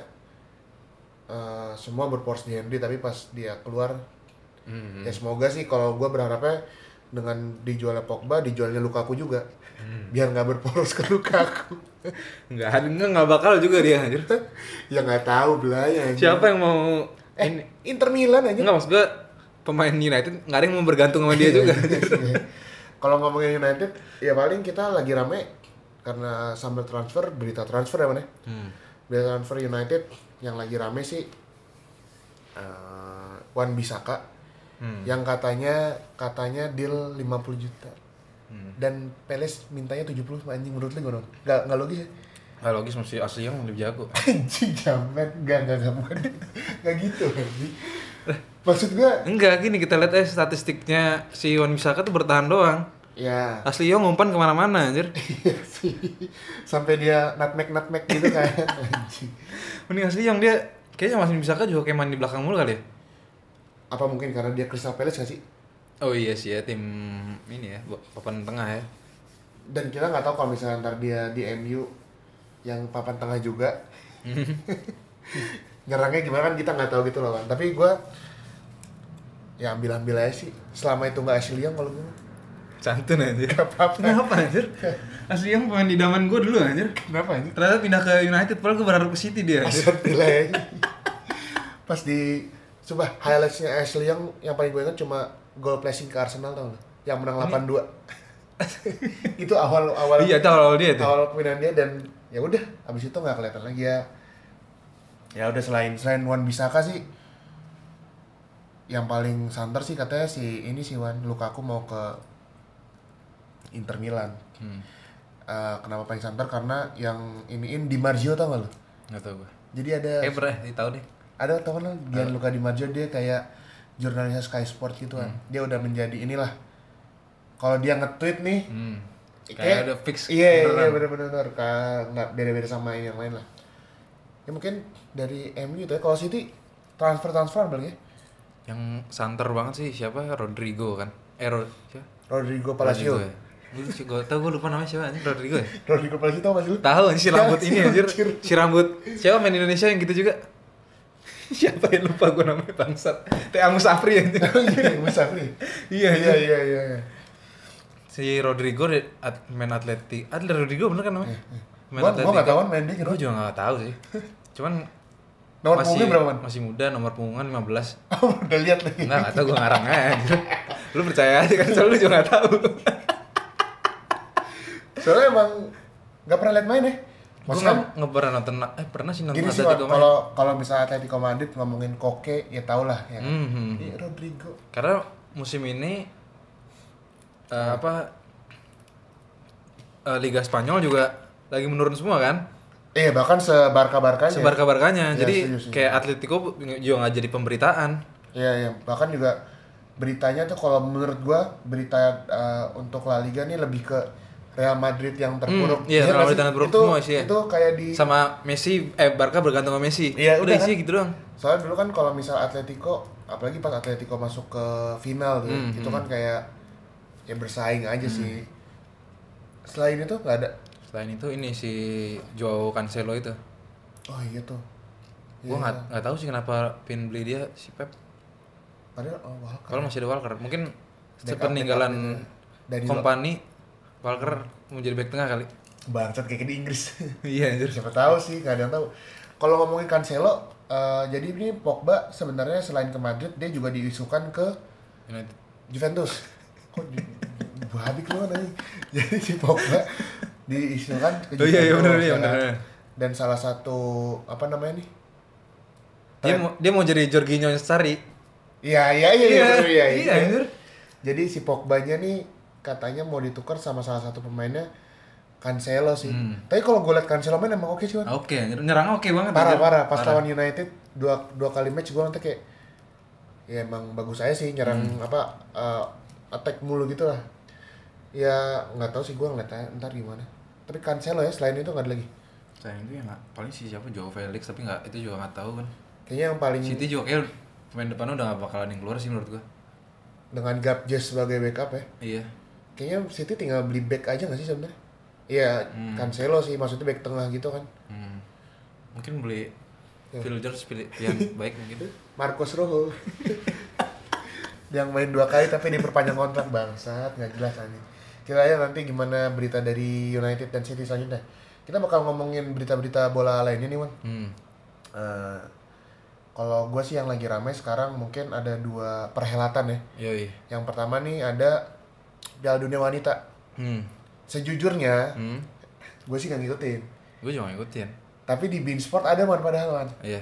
semua berporos di Henry, tapi pas dia keluar ya semoga sih, kalau gue berharapnya dengan dijualnya Pogba, dijualnya Lukaku juga biar nggak berporos ke Lukaku. Nggak bakal juga dia anjir. Ya nggak tahu belanya. Siapa yang mau Inter Milan aja? Nggak, maksud gue pemain United nggak ada yang mau bergantung sama dia juga. Kalau ngomongin United, ya paling kita lagi rame karena summer transfer, berita transfer ya mana? Berita transfer United yang lagi rame sih Wan Bissaka yang katanya deal 50 juta. Dan Palace mintanya 70, anjing menurut lu gimana? Enggak logis ya? Nggak logis, mesti asli yang lebih jago. Anjing jamet, enggak bukan. Enggak gitu anjing. Maksud gua Enggak, gini kita lihat statistiknya si Wan Bissaka tuh bertahan doang. ya. Asli Yong umpan kemana-mana anjir. Iya sih. Sampai dia nutmeg gitu kayak anjing. Mending asli Yong dia kayaknya masih Bissaka juga kayak main di belakang mulu kali ya. Apa mungkin karena dia Crystal Palace gak sih? Oh iya sih ya, tim ini ya, papan tengah ya. Dan kita nggak tahu kalau misalnya ntar dia di MU yang papan tengah juga nyerangnya gimana kan kita nggak tahu gitu loh kan. Tapi gue ya ambil aja sih selama itu nggak Ashley Young kalau gue. Santun anjir. Gak apa-apa. Kenapa anjir? Asli Yong pemain idaman gue dulu anjir. Kenapa anjir? Ternyata pindah ke United, padahal gue berharap ke City dia anjir. Astagfirullah. Pas di coba highlightsnya Ashley Young yang paling gue ingat cuma goal placing ke Arsenal tau nggak? Yang menang 8-2. Itu awal Iya, itu awal dia tuh. Awal kepindahan dia dan ya udah abis itu nggak kelihatan lagi ya. Ya udah selain Wan Bissaka sih yang paling santer sih katanya si Wan Lukaku mau ke Inter Milan. Kenapa paling santer? Karena yang iniin Di Marzio tau gak lo? Nggak tahu gue. Jadi ada Pernah tahu deh. ada tau kan Gianluca Di Marzio, dia kayak jurnalisnya Sky Sport gitu kan. Dia udah menjadi inilah. Kalau dia nge-tweet nih Kayak udah fix. Iya bener-bener nggak beda-beda sama yang lain lah. Ya mungkin dari MU gitu ya. Kalau City transfer balik ya. Yang santer banget sih siapa? Rodrigo kan. Siapa? Rodrigo Palacio. Rodrigo ya? Gue lupa namanya siapa anjir, Rodrigo ya? Rodrigo Palacio tau gak sih lu? Tahu si rambut ini anjir. Anjir. Si rambut siapa main Indonesia yang gitu juga? Siapa yang lupa gue namanya bangsat. Amos Safri anjir. Iya, Musafri. Iya. Si Rodrigo main Atleti. Rodrigo bener kan namanya? Gua nggak tahu main dia gitu. Gue juga nggak tahu sih. Cuman Nomor punggungnya berapa man? Masih muda, nomor punggungan 15. Oh, udah lihat lagi. Nggak tahu gue ngarang aja. Lu percaya aja kan, soalnya lu juga nggak tahu. Soalnya emang nggak pernah lihat main ya. Gue nggak pernah nonton. Pernah sih nonton gini sih, Atletico main. kalau misalnya Atletico Madrid ngomongin Koke, ya tau lah ya. Ini Rodrigo. Karena musim ini Liga Spanyol juga lagi menurun semua kan? Bahkan sebarka-barkanya. Sebarka-barkanya. Ya, Jadi setuju. kayak Atletico juga nggak jadi pemberitaan. Iya. Bahkan juga beritanya tuh kalau menurut gua berita untuk La Liga nih lebih ke Real Madrid yang terpuruk. Iya, Real Madrid yang terpuruk semua sih ya. Itu kayak di sama Messi, Barca bergantung sama Messi. Iya, udah sih kan? gitu doang. Soalnya dulu kan kalau misal Atletico, apalagi pas Atletico masuk ke final tuh, itu kan kayak ya bersaing aja sih. Selain itu nggak ada. Selain itu ini si Joao Cancelo itu. Oh iya tuh. Gue nggak tahu sih kenapa pin beli dia si Pep. Padahal Walker. Kalau masih ada Walker, mungkin Backup sepeninggalan dari Kompany, Walker mau jadi back tengah kali. bangsat kayak di Inggris. Iya anjir. Siapa tahu sih, nggak ada yang tahu. Kalau ngomongin Cancelo, jadi ini Pogba sebenarnya selain ke Madrid dia juga diisukan ke United. Juventus. Kok habis lu kan. Jadi si Pogba diisukan ke Juventus. Iya benar. Dan salah satu apa namanya nih? Dia mau jadi Jorginho Sari. Iya. Anjir. Jadi si Pogba-nya nih katanya mau ditukar sama salah satu pemainnya Cancelo sih. Tapi kalau gue liat Cancelo main emang oke sih, Wan. Oke, nyerang oke banget. Parah. Pas lawan United dua kali match gue nanti kayak ya emang bagus aja sih nyerang attack mulu gitu lah. Ya nggak tahu sih gue ngeliatnya ntar gimana. Tapi Cancelo ya selain itu nggak ada lagi. Selain itu ya nggak, paling sih siapa Joao Felix tapi nggak, itu juga nggak tahu kan. Kayaknya yang paling City juga kayak pemain depannya udah nggak bakalan yang keluar sih menurut gue. dengan Gabjes sebagai backup ya. Iya. Kayaknya City tinggal beli back aja nggak sih sebenarnya? Iya, Cancelo sih maksudnya back tengah gitu kan. Mungkin beli Phil Jones pilihan baik mungkin. Marcos Rojo. Yang main 2 kali tapi diperpanjang kontrak, bangsat, nggak jelas aja. Kita lihat nanti gimana berita dari United dan City selanjutnya. Kita bakal ngomongin berita-berita bola lainnya nih, Wan. Kalau gue sih yang lagi ramai sekarang mungkin ada 2 perhelatan ya. Yoi. Yang pertama nih ada Piala Dunia Wanita. Sejujurnya Gue sih gak ngikutin. Gue juga ngikutin. Tapi di Bein Sport ada man padahal man. Iya.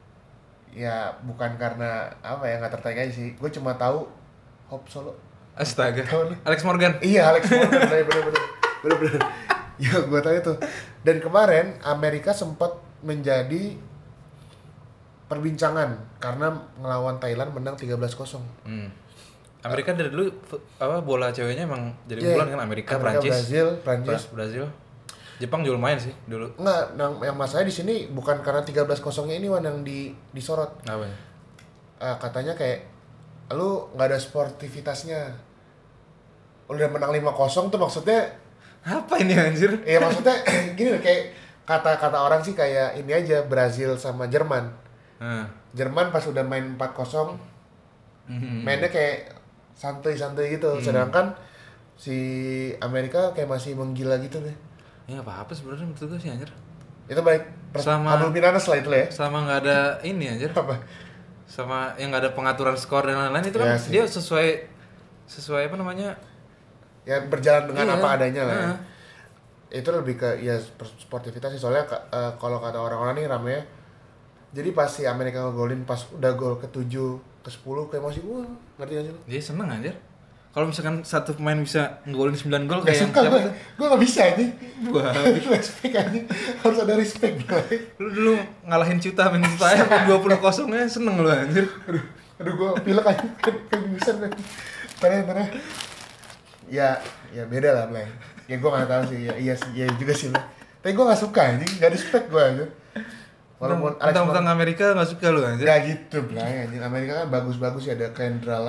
Ya bukan karena apa ya, nggak tertarik aja sih. Gue cuma tahu Hop Solo. Astaga. Tahu nih? Alex Morgan. Iya Alex Morgan, bener. Ya gue tahu itu. Dan kemarin Amerika sempat menjadi perbincangan karena ngelawan Thailand menang 13-0. Amerika dari dulu bola ceweknya emang jadi unggulan kan, Amerika, Prancis, Brazil. Jepang juga lumayan sih dulu. Enggak, yang masalahnya di sini bukan karena 13-0-nya ini Wan yang disorot. Apa ya? Katanya kayak lu nggak ada sportivitasnya. Udah menang 5-0 tuh maksudnya Apa ini anjir? ya maksudnya gini loh, kayak kata orang sih kayak ini aja, Brazil sama Jerman. Jerman pas udah main 4-0 mainnya kayak santai-santai gitu. Sedangkan si Amerika kayak masih menggila gitu deh. Ya nggak apa-apa sebenarnya menurut gue sih anjir. Itu baik. Abdul Pinanas lah itu lah ya. Selama nggak ada ini anjir. Apa? Sama yang nggak ada pengaturan skor dan lain-lain itu kan Ya sih. dia sesuai apa namanya? Ya berjalan dengan Iya. apa adanya lah ya. Itu lebih ke ya sportivitas sih, soalnya kalau kata orang-orang nih ramenya. Jadi pas si Amerika ngegolin pas udah gol ke-7, ke-10 kayak masih ngerti gak sih lu? Dia seneng anjir. Kalau misalkan satu pemain bisa ngegolin 9 gol Gak kayak suka siapa gue, tuh? gue gak bisa ini. Wah. Respect aja, harus ada respect bro. Lu dulu ngalahin Cita main Cita ya 20-0-nya seneng lu anjir. Aduh gue pilek aja, kan bisa kan. Tarah. Ya beda lah Blay. Ya gue gak tahu sih, iya juga sih Blay. Tapi gue gak suka anjing, gak respect gue anjir. Walaupun Tentang Amerika gak suka lu anjir. gak gitu Blay, anjing. Amerika kan bagus-bagus ya, ada Kendra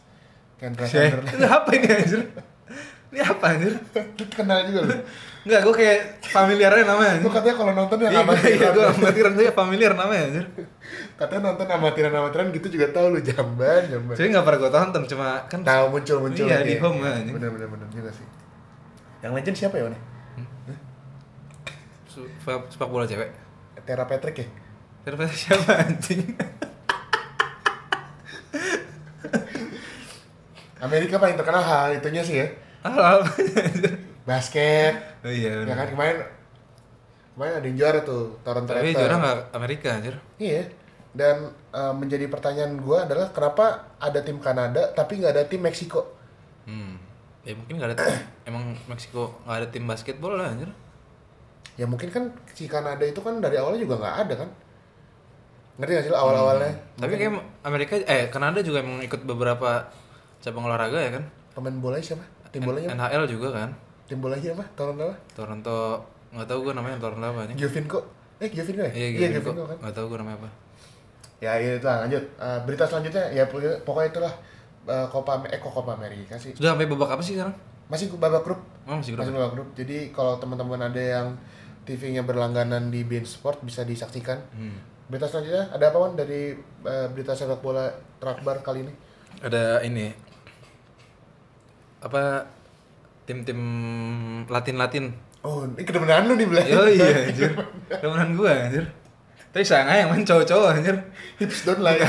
Ini apa ini anjir? Ini apa anjir? Lu kenal juga lu? Enggak, gue kayak familiar aja namanya Lu anjir. katanya kalau nonton ya Iya, amatiran. gue amatiran tuh ya familiar namanya anjir. Katanya nonton amatiran gitu juga tahu lu, jamban. Jadi gak pernah gue tonton, cuma kan Tahu muncul iya, di kayak- home anjing. Bener juga sih. Yang legend siapa ya, Wane? sepak bola cewek. Tera Patrick ya? Terus siapa anjing? Amerika paling terkenal hal itunya sih ya. Hal Basket. Oh iya. Ya bener. kan kemarin ada yang juara tuh, Toronto Tapi Raptors. juara nggak Amerika anjir. Iya. Dan menjadi pertanyaan gua adalah kenapa ada tim Kanada tapi nggak ada tim Meksiko? Ya mungkin nggak ada emang Meksiko nggak ada tim basketbol lah anjir. Ya mungkin kan si Kanada itu kan dari awalnya juga nggak ada kan? Ngerti nggak sih lo awal-awalnya? Tapi kayak Amerika Kanada juga emang ikut beberapa cabang olahraga ya kan. Pemain bolanya siapa? Tim bolanya apa? NHL juga kan. Tim bolanya apa? Toronto apa? Toronto nggak tahu gue namanya Toronto apa anjing. Giovinco. Giovinco ya? Iya Giovinco kan. nggak tahu gue namanya apa. Ya itu lah, lanjut. Berita selanjutnya ya pokoknya itulah Copa America sih. Sudah sampai babak apa sih sekarang? Masih babak grup. Masih grup. Masih babak grup. Jadi kalau teman-teman ada yang TV-nya berlangganan di beIN Sport bisa disaksikan. Berita selanjutnya ada apa Wan dari berita sepak bola terakbar kali ini? Ada ini apa tim-tim Latin. Oh, ini kedemenan lu nih Blay. Oh iya anjir. Temenan gua anjir. Tapi sayang aja yang main cowok-cowok anjir. Hips don't lie.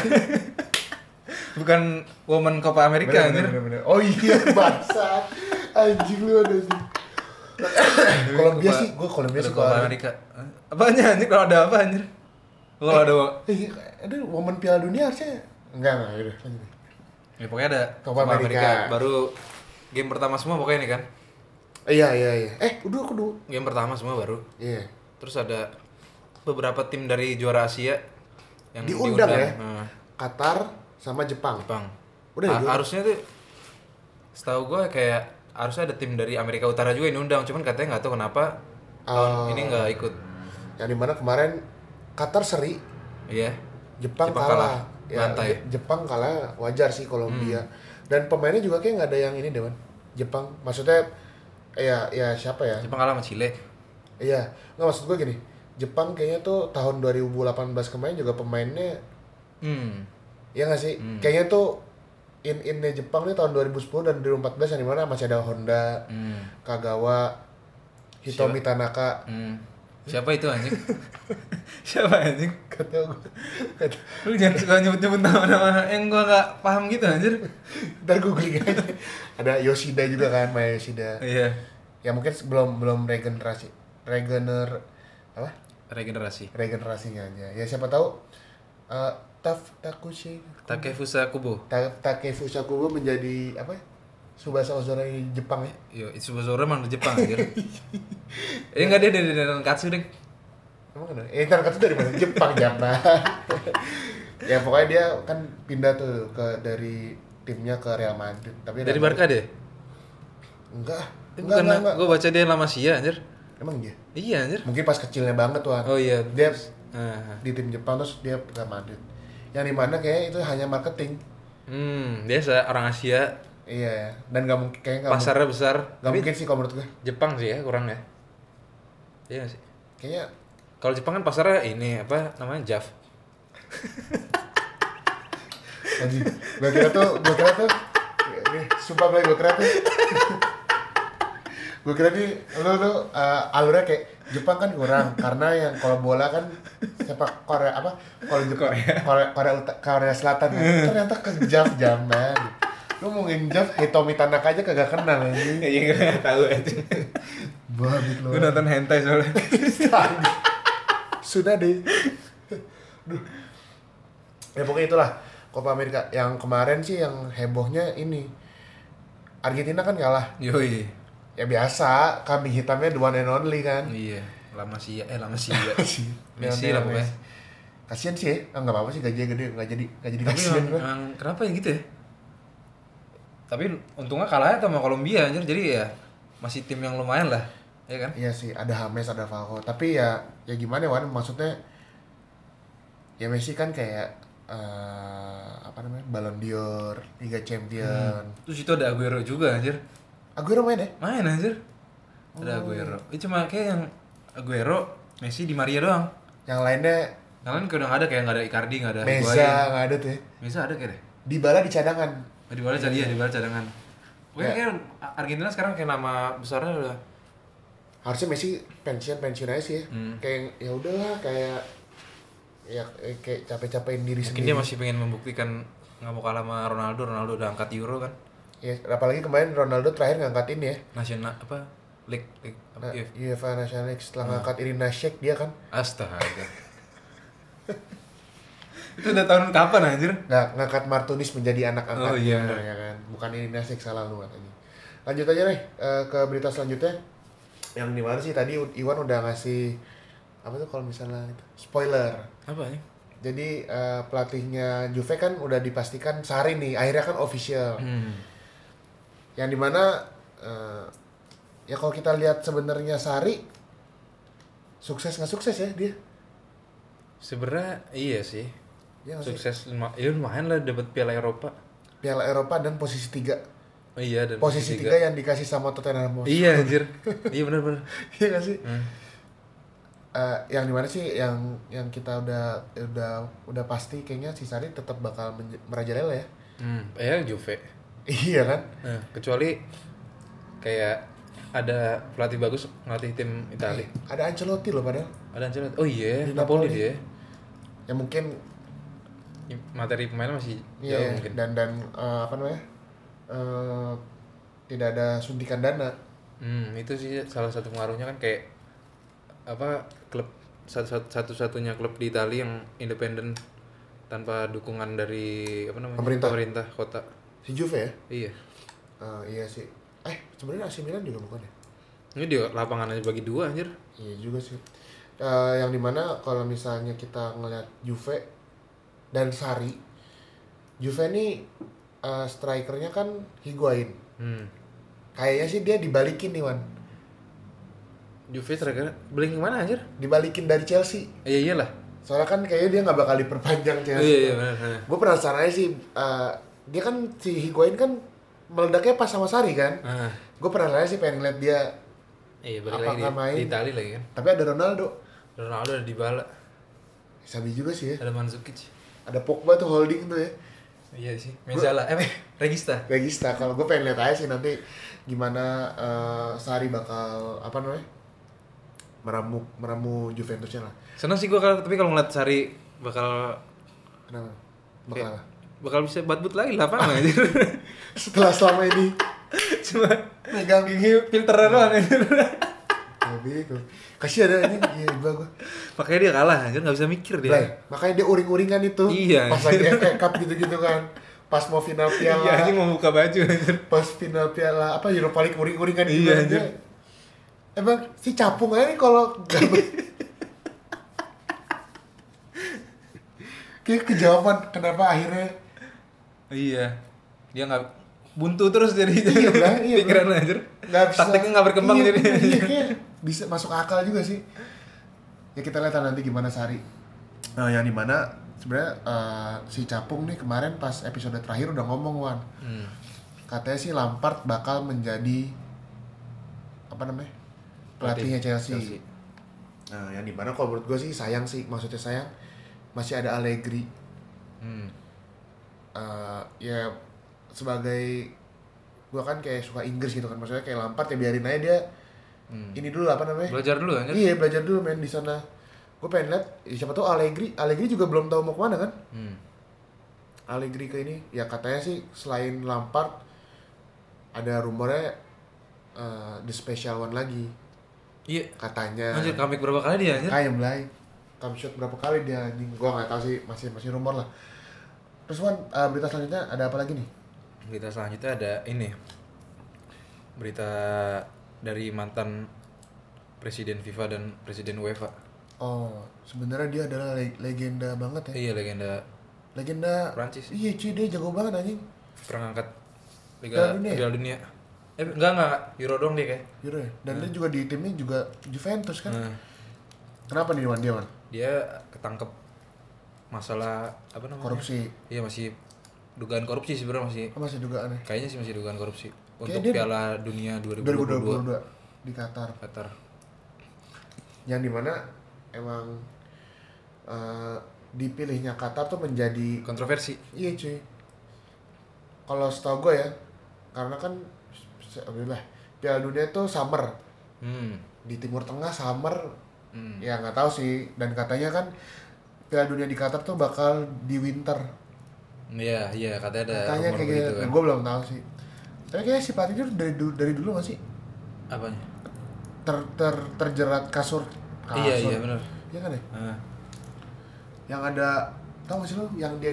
Bukan Women Copa America anjir. Bener. Oh iya, bangsat. Anjing lu ada sih. Kolombia sih, gue Kolombia sih Copa America. Apanya anjir kalau ada apa anjir? Kalau ada ada momen Piala Dunia harusnya enggak udah lanjut. ya pokoknya ada Copa America. Baru game pertama semua pokoknya ini kan. Iya. Udah Game pertama semua baru. Iya. Terus ada beberapa tim dari juara Asia yang Diundang ya. Nah, Qatar sama Jepang. Udah ya, harusnya tuh setahu gue kayak harusnya ada tim dari Amerika Utara juga yang diundang, cuman katanya nggak tahu kenapa tahun ini nggak ikut. Yang dimana kemarin Qatar seri, Iya. Jepang Jepang kalah. Ya, Bantai. Jepang kalah wajar sih Kolombia. Dan pemainnya juga kayak nggak ada yang ini deh, Man. Jepang, maksudnya ya siapa ya? Jepang kalah sama Chile. Iya, nggak maksud gue gini. Jepang kayaknya tuh tahun 2018 kemarin juga pemainnya, ya nggak sih? Kayaknya tuh in-innya Jepang nih tahun 2010 dan 2014 yang dimana masih ada Honda, Kagawa, Hitomi Tanaka. Siapa itu anjing? Siapa anjing? Kata gue, Lu jangan suka nyebut-nyebut nama-nama yang gua nggak paham gitu anjir. ntar googling aja. Ada Yoshida juga kan, Maya Yoshida. Iya. Ya mungkin belum regenerasi apa? Regenerasinya aja. Ya siapa tahu Takefusa Kubo menjadi apa? Tsubasa Ozora di Jepang ya. Yo, Tsubasa Ozora emang di Jepang anjir. Enggak dia dari Nankatsu deh. Emang ada? Nankatsu dari mana? Jepang Jamba. Ya pokoknya dia kan pindah tuh dari timnya ke Real Madrid. Tapi dari Barca deh? Enggak. Enggak. Gue baca dia La Masia anjir. Emang iya? Iya anjir. Mungkin pas kecilnya banget tuh. Oh iya. Dia di tim Jepang terus dia ke Madrid. Yang dimana kayak itu hanya marketing. Biasa orang Asia. Iya, dan nggak mungkin kayak pasarnya besar. Nggak mungkin sih kalau menurut gue. Jepang sih ya kurang ya. Iya sih. Kayaknya kalau Jepang kan pasarnya ini apa namanya JAV. Anjing, gue kira tuh, sumpah gue kira tuh, gue kira nih lu tuh alurnya kayak Jepang kan kurang karena yang kalau bola kan sepak Korea apa kalau Jepang Korea Selatan kan ternyata kejam jaman. Lu mau nginjak Hitomi Tanaka aja kagak kenal anjing. Iya enggak tahu aja. Babi lu. Gue nonton hentai soalnya. Sudah deh. Duh. Ya pokoknya itulah Copa America yang kemarin sih yang hebohnya ini. Argentina kan kalah. Yoi. Ya biasa, kambing hitamnya the one and only kan. Iya, lama sih. Messi lah pokoknya. Kasian sih ya, enggak apa-apa sih gajinya gede, enggak jadi kasian gua. Kenapa ya gitu ya? Tapi untungnya kalahnya sama Kolombia anjir, jadi ya masih tim yang lumayan lah, ya kan? Iya sih, ada James, ada Falcao. Tapi ya gimana Wan, maksudnya ya Messi kan kayak apa namanya? Ballon d'Or, Liga Champion. Terus itu ada Aguero juga anjir. Aguero main ya? Main anjir. Ada Aguero. Itu cuma kayak yang Aguero, Messi, Di Maria doang. Yang lainnya kayak udah nggak ada, kayak nggak ada Icardi, nggak ada Meza, nggak ada tuh ya. Meza ada kayak deh. Dybala di cadangan. Dybala cadangan. Pokoknya kayak Argentina sekarang kayak nama besarnya udah. Harusnya Messi pensiun aja sih ya. Kayak ya udahlah kayak capek-capekin diri mungkin sendiri. Dia masih pengen membuktikan nggak mau kalah sama Ronaldo udah angkat Euro kan. Ya, apalagi kemarin Ronaldo terakhir ngangkatin ya. Nasional apa? League UEFA National League setelah ngangkat Irina Shayk dia kan. Astaga. Itu udah tahun kapan anjir? Ngangkat Martunis menjadi anak angkat. Oh iya. Ya kan. Bukan Irina Shayk, salah lu katanya. Lanjut aja nih ke berita selanjutnya. Yang di mana sih tadi Iwan udah ngasih apa tuh kalau misalnya itu spoiler. Apa nih? Jadi pelatihnya Juve kan udah dipastikan Sarri nih, akhirnya kan official. Yang dimana ya kalau kita lihat sebenarnya Sarri sukses nggak sukses ya dia? Sebenarnya iya sih. Ya, sukses lumayan lah dapat Piala Eropa dan posisi 3. Oh iya, dan posisi 3 yang dikasih sama Tottenham Hotspur. Iya anjir. Iya benar. Iya nggak sih? Yang dimana sih yang kita udah pasti kayaknya si Sarri tetap bakal merajalela ya. Ya Juve. Iya kan? Kecuali kayak ada pelatih bagus ngelatih tim Italia. Ada Ancelotti loh padahal. Ada Ancelotti. Oh iya, di Napoli dia. Ya mungkin materi pemain masih jauh mungkin. Dan apa namanya? Tidak ada suntikan dana. Itu sih salah satu pengaruhnya kan kayak apa klub satu-satunya klub di Italia yang independen tanpa dukungan dari apa namanya pemerintah kota. Si Juve ya? Iya. Iya sih. Sebenarnya AC Milan juga bukan ya? Ini dia lapangan aja bagi 2 anjir. Iya juga sih. Yang dimana kalau misalnya kita ngeliat Juve dan Sarri, Juve ini strikernya kan Higuain. Kayaknya sih dia dibalikin nih Wan. Juve striker beli kemana anjir? Dibalikin dari Chelsea. Iya iyalah. Soalnya kan kayaknya dia nggak bakal diperpanjang Chelsea. Iya benar. Gue penasaran aja sih. Dia kan si Higuain kan meledaknya pas sama Sarri kan. Gue penasaran aja sih pengen ngeliat dia. Iya balik lagi di Italia lagi kan. Tapi ada Ronaldo ada Dybala. Sabi juga sih ya. Ada Mandzukic. Ada Pogba tuh holding tuh ya. Iya sih. Mezzala. Regista. Kalau gue pengen lihat aja sih nanti gimana Sarri bakal apa namanya meramu Juventusnya lah. Seneng sih gue tapi kalau ngeliat Sarri bakal kenapa? Bakal bisa badbut lagi lapangan aja. Setelah selama ini cuma megang gigi filter doang aja. bingung. Kasihan ada ini, iya gue. Makanya dia kalah, anjir nggak bisa mikir dia. Blay, makanya dia uring-uringan itu. Iya, pas lagi FA Cup gitu-gitu kan. Pas mau final piala. Iya, anjing mau buka baju anjir. Pas final piala apa Europa League uring-uringan gitu. Iya, anjir. Emang si capung aja nih kalau kayak kejauhan kenapa akhirnya Iya. Dia nggak buntu terus jadi iya, pikiran anjir. Taktiknya nggak berkembang iya, jadi. Iya, kayak bisa masuk akal juga sih. Ya kita lihat nanti gimana Sari. Nah, yang dimana sebenarnya si Capung nih kemarin pas episode terakhir udah ngomong Wan. Katanya sih Lampard bakal menjadi apa namanya? Pelatihnya Chelsea. Nah, yang dimana kalau menurut gue sih sayang sih, maksudnya sayang masih ada Allegri. Ya sebagai gue kan kayak suka Inggris gitu kan, maksudnya kayak Lampard ya biarin aja dia ini dulu apa namanya? Belajar dulu kan? Iya belajar dulu main di sana. Gue pengen lihat, ya siapa tahu Allegri juga belum tahu mau kemana kan? Allegri ke ini, ya katanya sih selain Lampard ada rumornya the special one lagi. Iya. Katanya. Anjir comeback berapa kali dia anjir? Kayak Blay. Come shot berapa kali dia anjing? Gue nggak tahu sih, masih rumor lah. Terus Wan, berita selanjutnya ada apa lagi nih? Berita selanjutnya ada ini. Berita dari mantan presiden FIFA dan presiden UEFA. Oh, sebenarnya dia adalah legenda banget ya. Iya, legenda Prancis. Iya cuy, dia jago banget anjing. Pernah ngangkat Piala Dunia. Enggak, Euro doang dia kayak. Euro ya. Dan dia juga di timnya juga Juventus kan. Kenapa nih Wan? Dia ketangkep masalah apa namanya? Korupsi. Iya, masih dugaan korupsi sebenarnya masih. Masih dugaan ya? Kayaknya sih masih dugaan korupsi. Untuk Kayaknya Piala Dunia 2022 di Qatar. Yang dimana emang dipilihnya Qatar tuh menjadi kontroversi. Iya cuy. Kalau setahu gue ya, karena kan Piala Dunia tuh summer. Di Timur Tengah summer. Ya nggak tahu sih. Dan katanya kan Piala Dunia di Qatar tuh bakal di winter. Iya, katanya ada rumor begitu gitu, kan. Gue belum tahu sih. Tapi kayaknya si pelatih itu dari dulu nggak sih? Apanya? Terjerat kasur. Iya benar. Iya kan ya? Yang ada, tau gak sih lo? Yang dia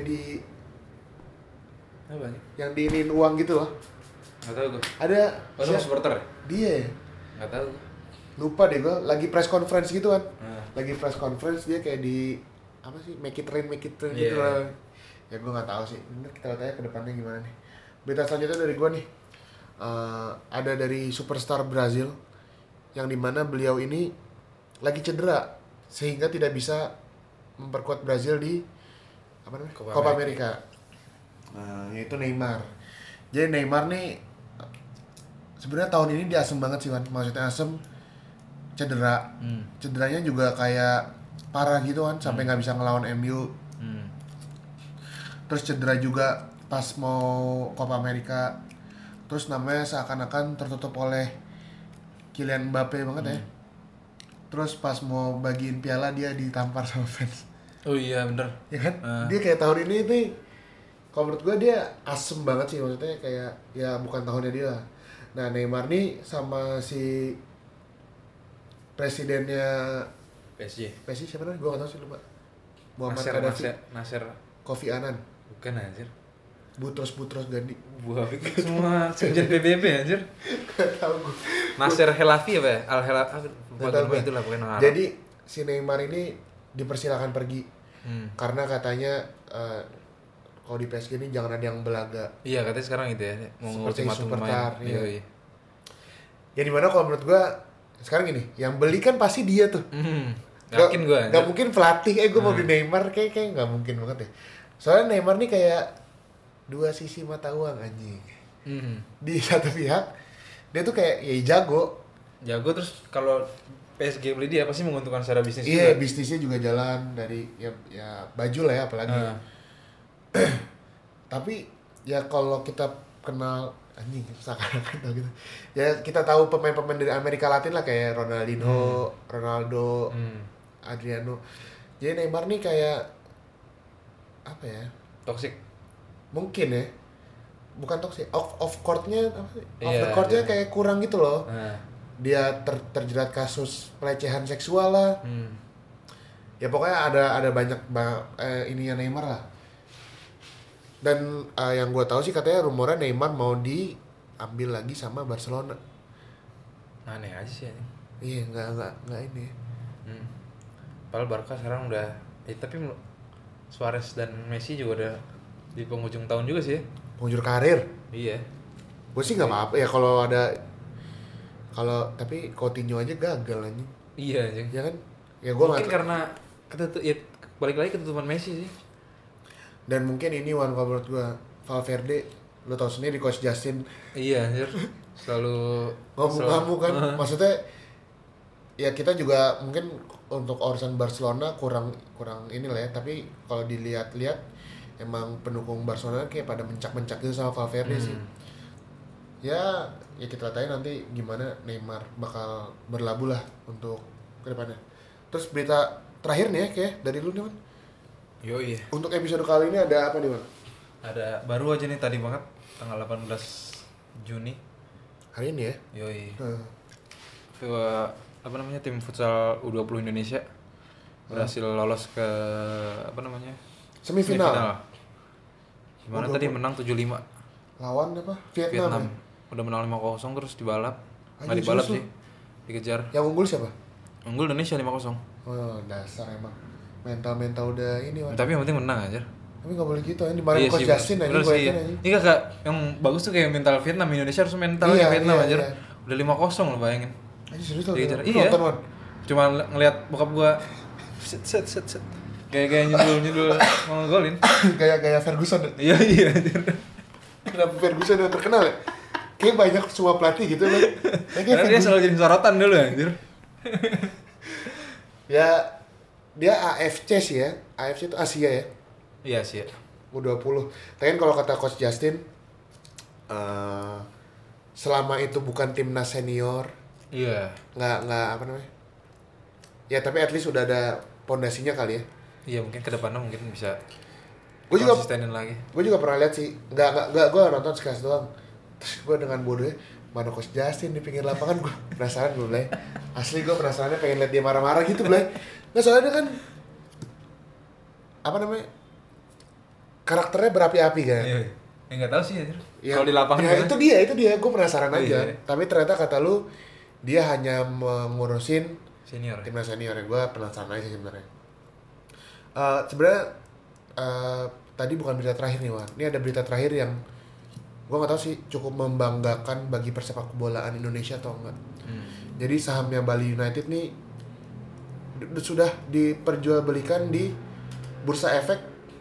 apa nih? Yang diinin uang gitu loh. Nggak tahu gue. Ada supporter ya? Dia Nggak tahu. Lupa deh gue, lagi press conference gitu kan. Lagi press conference dia kayak di apa sih, make it rain gitu lah. Ya gue nggak tahu sih. Ini kita lihat aja ke depannya gimana nih. Berita selanjutnya dari gue nih, ada dari superstar Brazil yang dimana beliau ini lagi cedera sehingga tidak bisa memperkuat Brazil di apa namanya? Copa America. Nah, yaitu Neymar. Jadi Neymar nih sebenarnya tahun ini dia asem banget sih Wan. Maksudnya asem, cedera. Cederanya juga kayak parah gitu kan, sampai nggak bisa ngelawan MU. Terus cedera juga pas mau Copa America. Terus namanya seakan-akan tertutup oleh Kylian Mbappe banget ya. Terus pas mau bagiin piala dia ditampar sama fans. Oh iya bener. Ya kan? Dia kayak tahun ini nih, kalau menurut gue dia asem banget sih, maksudnya kayak ya bukan tahunnya dia lah. Nah Neymar nih sama si presidennya PSG siapa namanya? Gue gak tau sih, lupa. Muhammad Gaddafi. Nasser Kofi Annan. Bukan anjir. Butros Gandhi. Buah pikir semua sekjen PBB anjir. Gak tau gue. Nasser Helafi apa ya? Al-Helafi itulah pokoknya. Jadi si Neymar ini dipersilakan pergi. Karena katanya kalau di PSG ini jangan ada yang belaga. Iya katanya sekarang gitu ya. Mau seperti superstar. Iya. Ya dimana kalau menurut gue sekarang gini, yang beli kan pasti dia tuh. Yakin gue. Gak mungkin pelatih gue mau di Neymar kayak gak mungkin banget deh. Soalnya Neymar nih kayak dua sisi mata uang anjing. Di satu pihak dia tuh kayak ya jago terus kalau PSG beli dia pasti menguntungkan secara bisnis juga. Iya, bisnisnya juga jalan dari ya baju lah ya apalagi. Tapi ya kalau kita kenal anjing seakan-akan tahu gitu. Ya kita tahu pemain-pemain dari Amerika Latin lah kayak Ronaldinho, Ronaldo, Adriano. Jadi Neymar nih kayak apa ya? Toxic. Mungkin ya. Bukan toxic, off court-nya apa sih? Off the court-nya kayak kurang gitu loh. dia terjerat kasus pelecehan seksual lah. Ya pokoknya ada banyak ininya Neymar lah. Dan yang gue tahu sih katanya rumornya Neymar mau diambil lagi sama Barcelona. Aneh aja sih ini. Iya, nggak ini. Padahal Barca sekarang udah, tapi Suarez dan Messi juga udah di penghujung tahun juga sih ya. Penghujung karir. Iya. Gue sih nggak apa-apa ya tapi Coutinho aja gagal aja. Iya anjing. Ya kan? Ya gue mungkin karena balik lagi ketutupan Messi sih. Dan mungkin ini kalau menurut gue Valverde, lo tau sendiri coach Justin. Iya anjir. Selalu ngamuk kan. Maksudnya ya kita juga mungkin untuk urusan Barcelona kurang inilah ya, tapi kalau dilihat-lihat emang pendukung Barcelona kayak pada mencak-mencak gitu sama Valverde sih. Ya kita lihat aja nanti gimana Neymar bakal berlabuh lah untuk kedepannya. Terus berita terakhir nih ya kayak dari lu nih Man. Yoi. Untuk episode kali ini ada apa nih Man? Ada baru aja nih tadi banget tanggal 18 Juni. Hari ini ya? Yoi. Tim futsal U20 Indonesia berhasil lolos ke semifinal. Gimana tadi menang 7-5. Lawan apa? Vietnam. Ya? Udah menang 5-0 terus dibalap. Enggak dibalap sih. Dikejar. Yang unggul siapa? Unggul Indonesia 5-0. Oh, dasar emang. Mental udah ini, Man. Tapi yang penting menang aja. Tapi enggak boleh gitu, yang dimarahin coach Justin aja gue aja. Ini kakak yang bagus tuh kayak mental Vietnam, Indonesia harus mental kayak Vietnam aja. Udah 5-0 lo bayangin. Aja serius loh. Iya. Cuma ngelihat bokap gua set. Kayak nyundul mau ngegolin. Kayak Ferguson. Iya. Kenapa Ferguson yang terkenal ya? Kayak banyak semua pelatih gitu kan. Karena dia selalu jadi sorotan dulu anjir. Ya dia AFC sih ya. AFC itu Asia ya. Iya sih. U20. Tapi kan kalau kata coach Justin selama itu bukan timnas senior. Iya. Nggak apa namanya? Ya tapi at least udah ada pondasinya kali ya. Iya mungkin kedepannya mungkin bisa. Gue juga konsistenin lagi. Gue juga pernah lihat sih. Nggak gue nonton sekilas doang. Terus gue dengan bodohnya mana coach Justin di pinggir lapangan, gue penasaran gue Blay. Asli gue penasarannya pengen lihat dia marah-marah gitu Blay. Nggak, soalnya kan apa namanya, karakternya berapi-api kan. Iya. Nggak tahu sih ya, kalau di lapangan. Ya itu dia gue penasaran aja. Iya. Tapi ternyata kata lu dia hanya mengurusin senior. Timnas senior ya, gue penasaran aja sih sebenarnya. Sebenarnya tadi bukan berita terakhir nih Wan. Ini ada berita terakhir yang gue nggak tahu sih cukup membanggakan bagi persepak bolaan Indonesia atau enggak. Jadi sahamnya Bali United nih sudah diperjualbelikan di Bursa Efek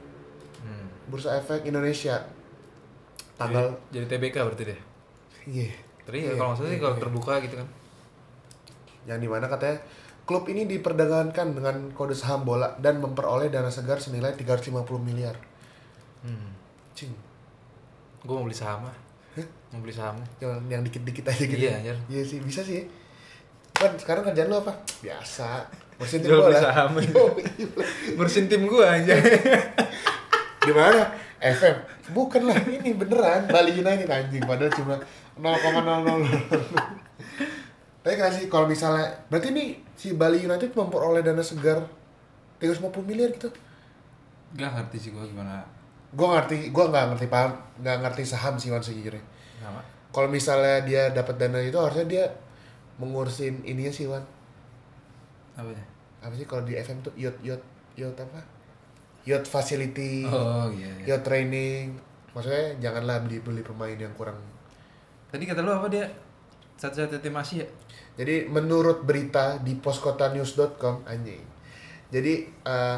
Indonesia tanggal. Jadi TBK berarti deh. Iya. Tapi kalau nggak salah sih kalau terbuka gitu kan. Yang dimana katanya klub ini diperdagangkan dengan kode saham bola dan memperoleh dana segar senilai 350 miliar. Cing. Gue mau beli saham lah. Mau beli saham. Yang dikit-dikit aja gitu. Iya, anjir. Iya sih, bisa sih. Kan sekarang kerjaan lo apa? Biasa. Bersihin tim Jual bola. beli saham. Bersihin tim gue aja. Di mana? FM. Bukan lah, ini beneran Bali United anjing padahal cuma 0,00. Tapi kan sih kalau misalnya berarti nih si Bali United memperoleh dana segar 350 miliar gitu. Gak ngerti sih gue gimana. Gue nggak ngerti saham sih Wan sejujurnya. Sama. Kalau misalnya dia dapat dana itu harusnya dia mengurusin ininya sih Wan. Apa sih kalau di FM tuh yacht apa? Yacht facility. Oh iya. Yacht training. Maksudnya janganlah beli pemain yang kurang. Tadi kata lu apa dia? Satu-satu tim Asia. Jadi menurut berita di poskotanews.com anjing. Jadi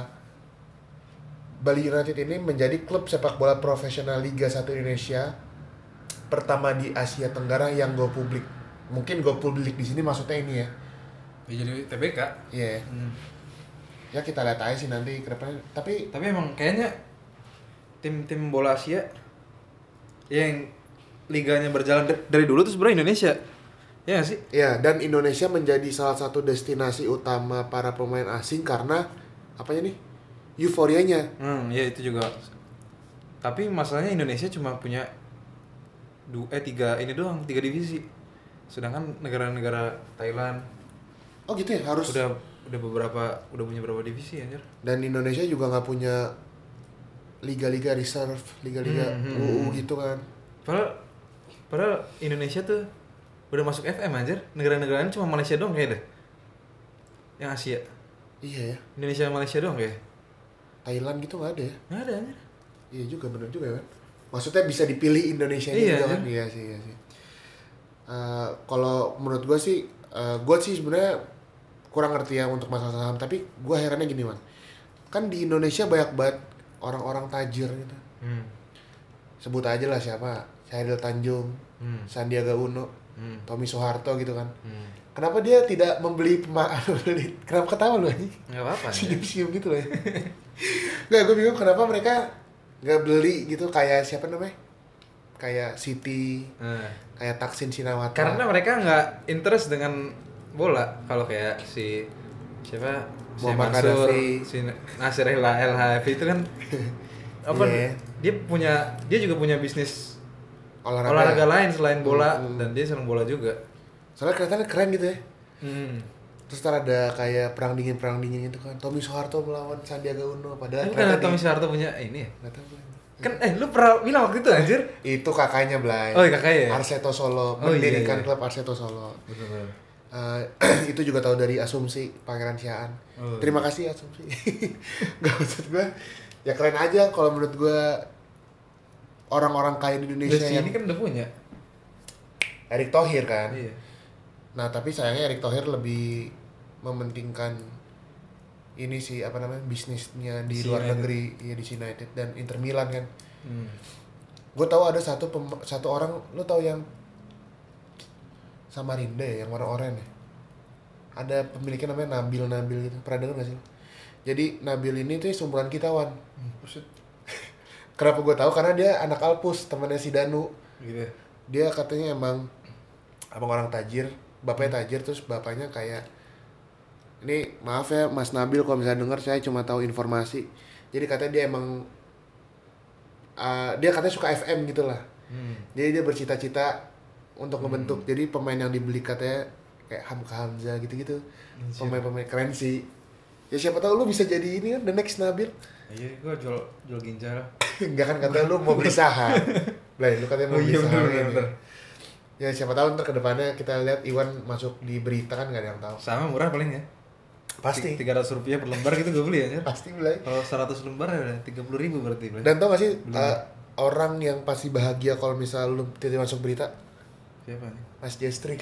Bali United ini menjadi klub sepak bola profesional Liga 1 Indonesia pertama di Asia Tenggara yang go publik. Mungkin go publik di sini maksudnya ini ya. Ya jadi TBK. Iya. Yeah. Ya kita lihat aja sih nanti ke depannya. Tapi emang kayaknya tim bola Asia yang liganya berjalan dari dulu tuh sebenarnya Indonesia. Ya gak sih? Ya, dan Indonesia menjadi salah satu destinasi utama para pemain asing karena apanya nih? Euforianya. Ya itu juga. Tapi masalahnya Indonesia cuma punya 3 divisi. Sedangkan negara-negara Thailand Oh gitu ya, harus. udah punya beberapa divisi anjir. Dan Indonesia juga nggak punya liga-liga reserve, liga-liga UU gitu kan. Padahal Indonesia tuh udah masuk FM anjir. Negara-negara lain cuma Malaysia doang kayak deh. Yang Asia. Iya ya. Indonesia sama Malaysia doang kayak. Thailand gitu nggak ada ya? Nggak ada anjir. Iya juga, bener juga kan. Maksudnya bisa dipilih Indonesia ini juga kan? Iya sih. Kalau menurut gue sih sebenarnya kurang ngerti ya untuk masalah saham, tapi gue herannya gini man, kan di Indonesia banyak banget orang-orang tajir gitu. Sebut aja lah siapa, Syahril Tanjung, Sandiaga Uno, Tommy Soeharto gitu kan. Kenapa dia tidak membeli kenapa ketawa lu anjing? Nggak apa-apa. Sium-sium gitu loh ya. Nggak, gue bingung kenapa mereka nggak beli gitu kayak siapa namanya? Kayak Siti, kayak Taksin Shinawatra. Karena mereka nggak interest dengan bola. Kalau kayak siapa, Muhammad Mansur, Gaddafi, si Nasir El-Haifi itu kan apa? Dia juga punya bisnis olahraga lain selain bola, dan dia senang bola juga. Soalnya kelihatannya keren gitu ya. Terus ntar ada kayak perang dingin gitu kan. Tommy Soeharto melawan Sandiaga Uno. Padahal kan Tommy Soeharto punya ini ya? Nggak tahu gue. Kan lu pernah bilang waktu itu anjir? Itu kakaknya Blay. Oh kakaknya ya? Arseto Solo, mendirikan klub Arseto Solo. Betul. Itu juga tahu dari Asumsi Pangeran Siaan. Terima kasih Asumsi. Gak maksud gue, ya keren aja kalau menurut gue orang-orang kaya di Indonesia yang ini kan udah punya Erick Thohir kan. Iya. Nah tapi sayangnya Erick Thohir lebih mementingkan ini sih apa namanya bisnisnya di luar negeri, ya di United dan Inter Milan kan. Gue tahu ada satu orang, lo tahu yang Samarinda ya, yang warna oranye ya? Ada pemiliknya namanya Nabil gitu, pernah denger gak sih? Jadi Nabil ini tuh seumuran kita Wan. Kenapa gue tahu? Karena dia anak Alpus, temannya si Danu. Gitu. Dia katanya emang orang tajir, bapaknya tajir, terus bapaknya kayak ini maaf ya Mas Nabil kalau misalnya denger, saya cuma tahu informasi. Jadi katanya dia emang dia katanya suka FM gitu lah. Jadi dia bercita-cita untuk ngebentuk. Jadi pemain yang dibeli katanya kayak Hamka Hamzah gitu-gitu. Pemain-pemain keren sih. Ya siapa tahu lu bisa jadi ini kan the next Nabil. Iya, gua jual ginjal. Enggak kan katanya lu mau beli saham. Lah, lu katanya mau beli saham. Bener. Ya siapa tahu ntar kedepannya kita lihat Iwan masuk di berita kan nggak ada yang tahu. Sama murah paling ya. Pasti. Rp300 per lembar gitu gue beli ya. Pasti beli. Kalau 100 lembar ya udah 30.000 berarti. Beli. Dan tau gak sih orang yang pasti bahagia kalau misal lu tiba masuk berita? Siapa nih? Mas Jestrik.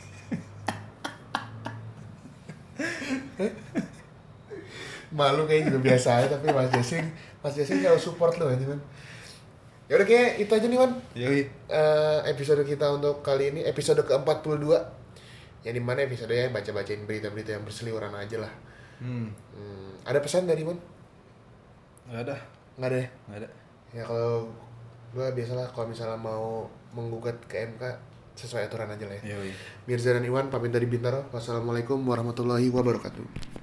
Malu kayak juga biasa aja, tapi Mas Jestrik selalu support lu aja man. Ya udah kayak itu aja nih Wan. Yoi. Episode kita untuk kali ini episode ke-42. Yang dimana episodenya baca-bacain berita-berita yang berseliweran aja lah. Ada pesan dari Wan? Nggak ada. Nggak ada ya? Nggak ada. Ya kalau gue biasalah kalau misalnya mau menggugat ke MK sesuai aturan aja lah ya. Yoi. Mirza dan Iwan pamit dari Bintaro. Wassalamualaikum warahmatullahi wabarakatuh.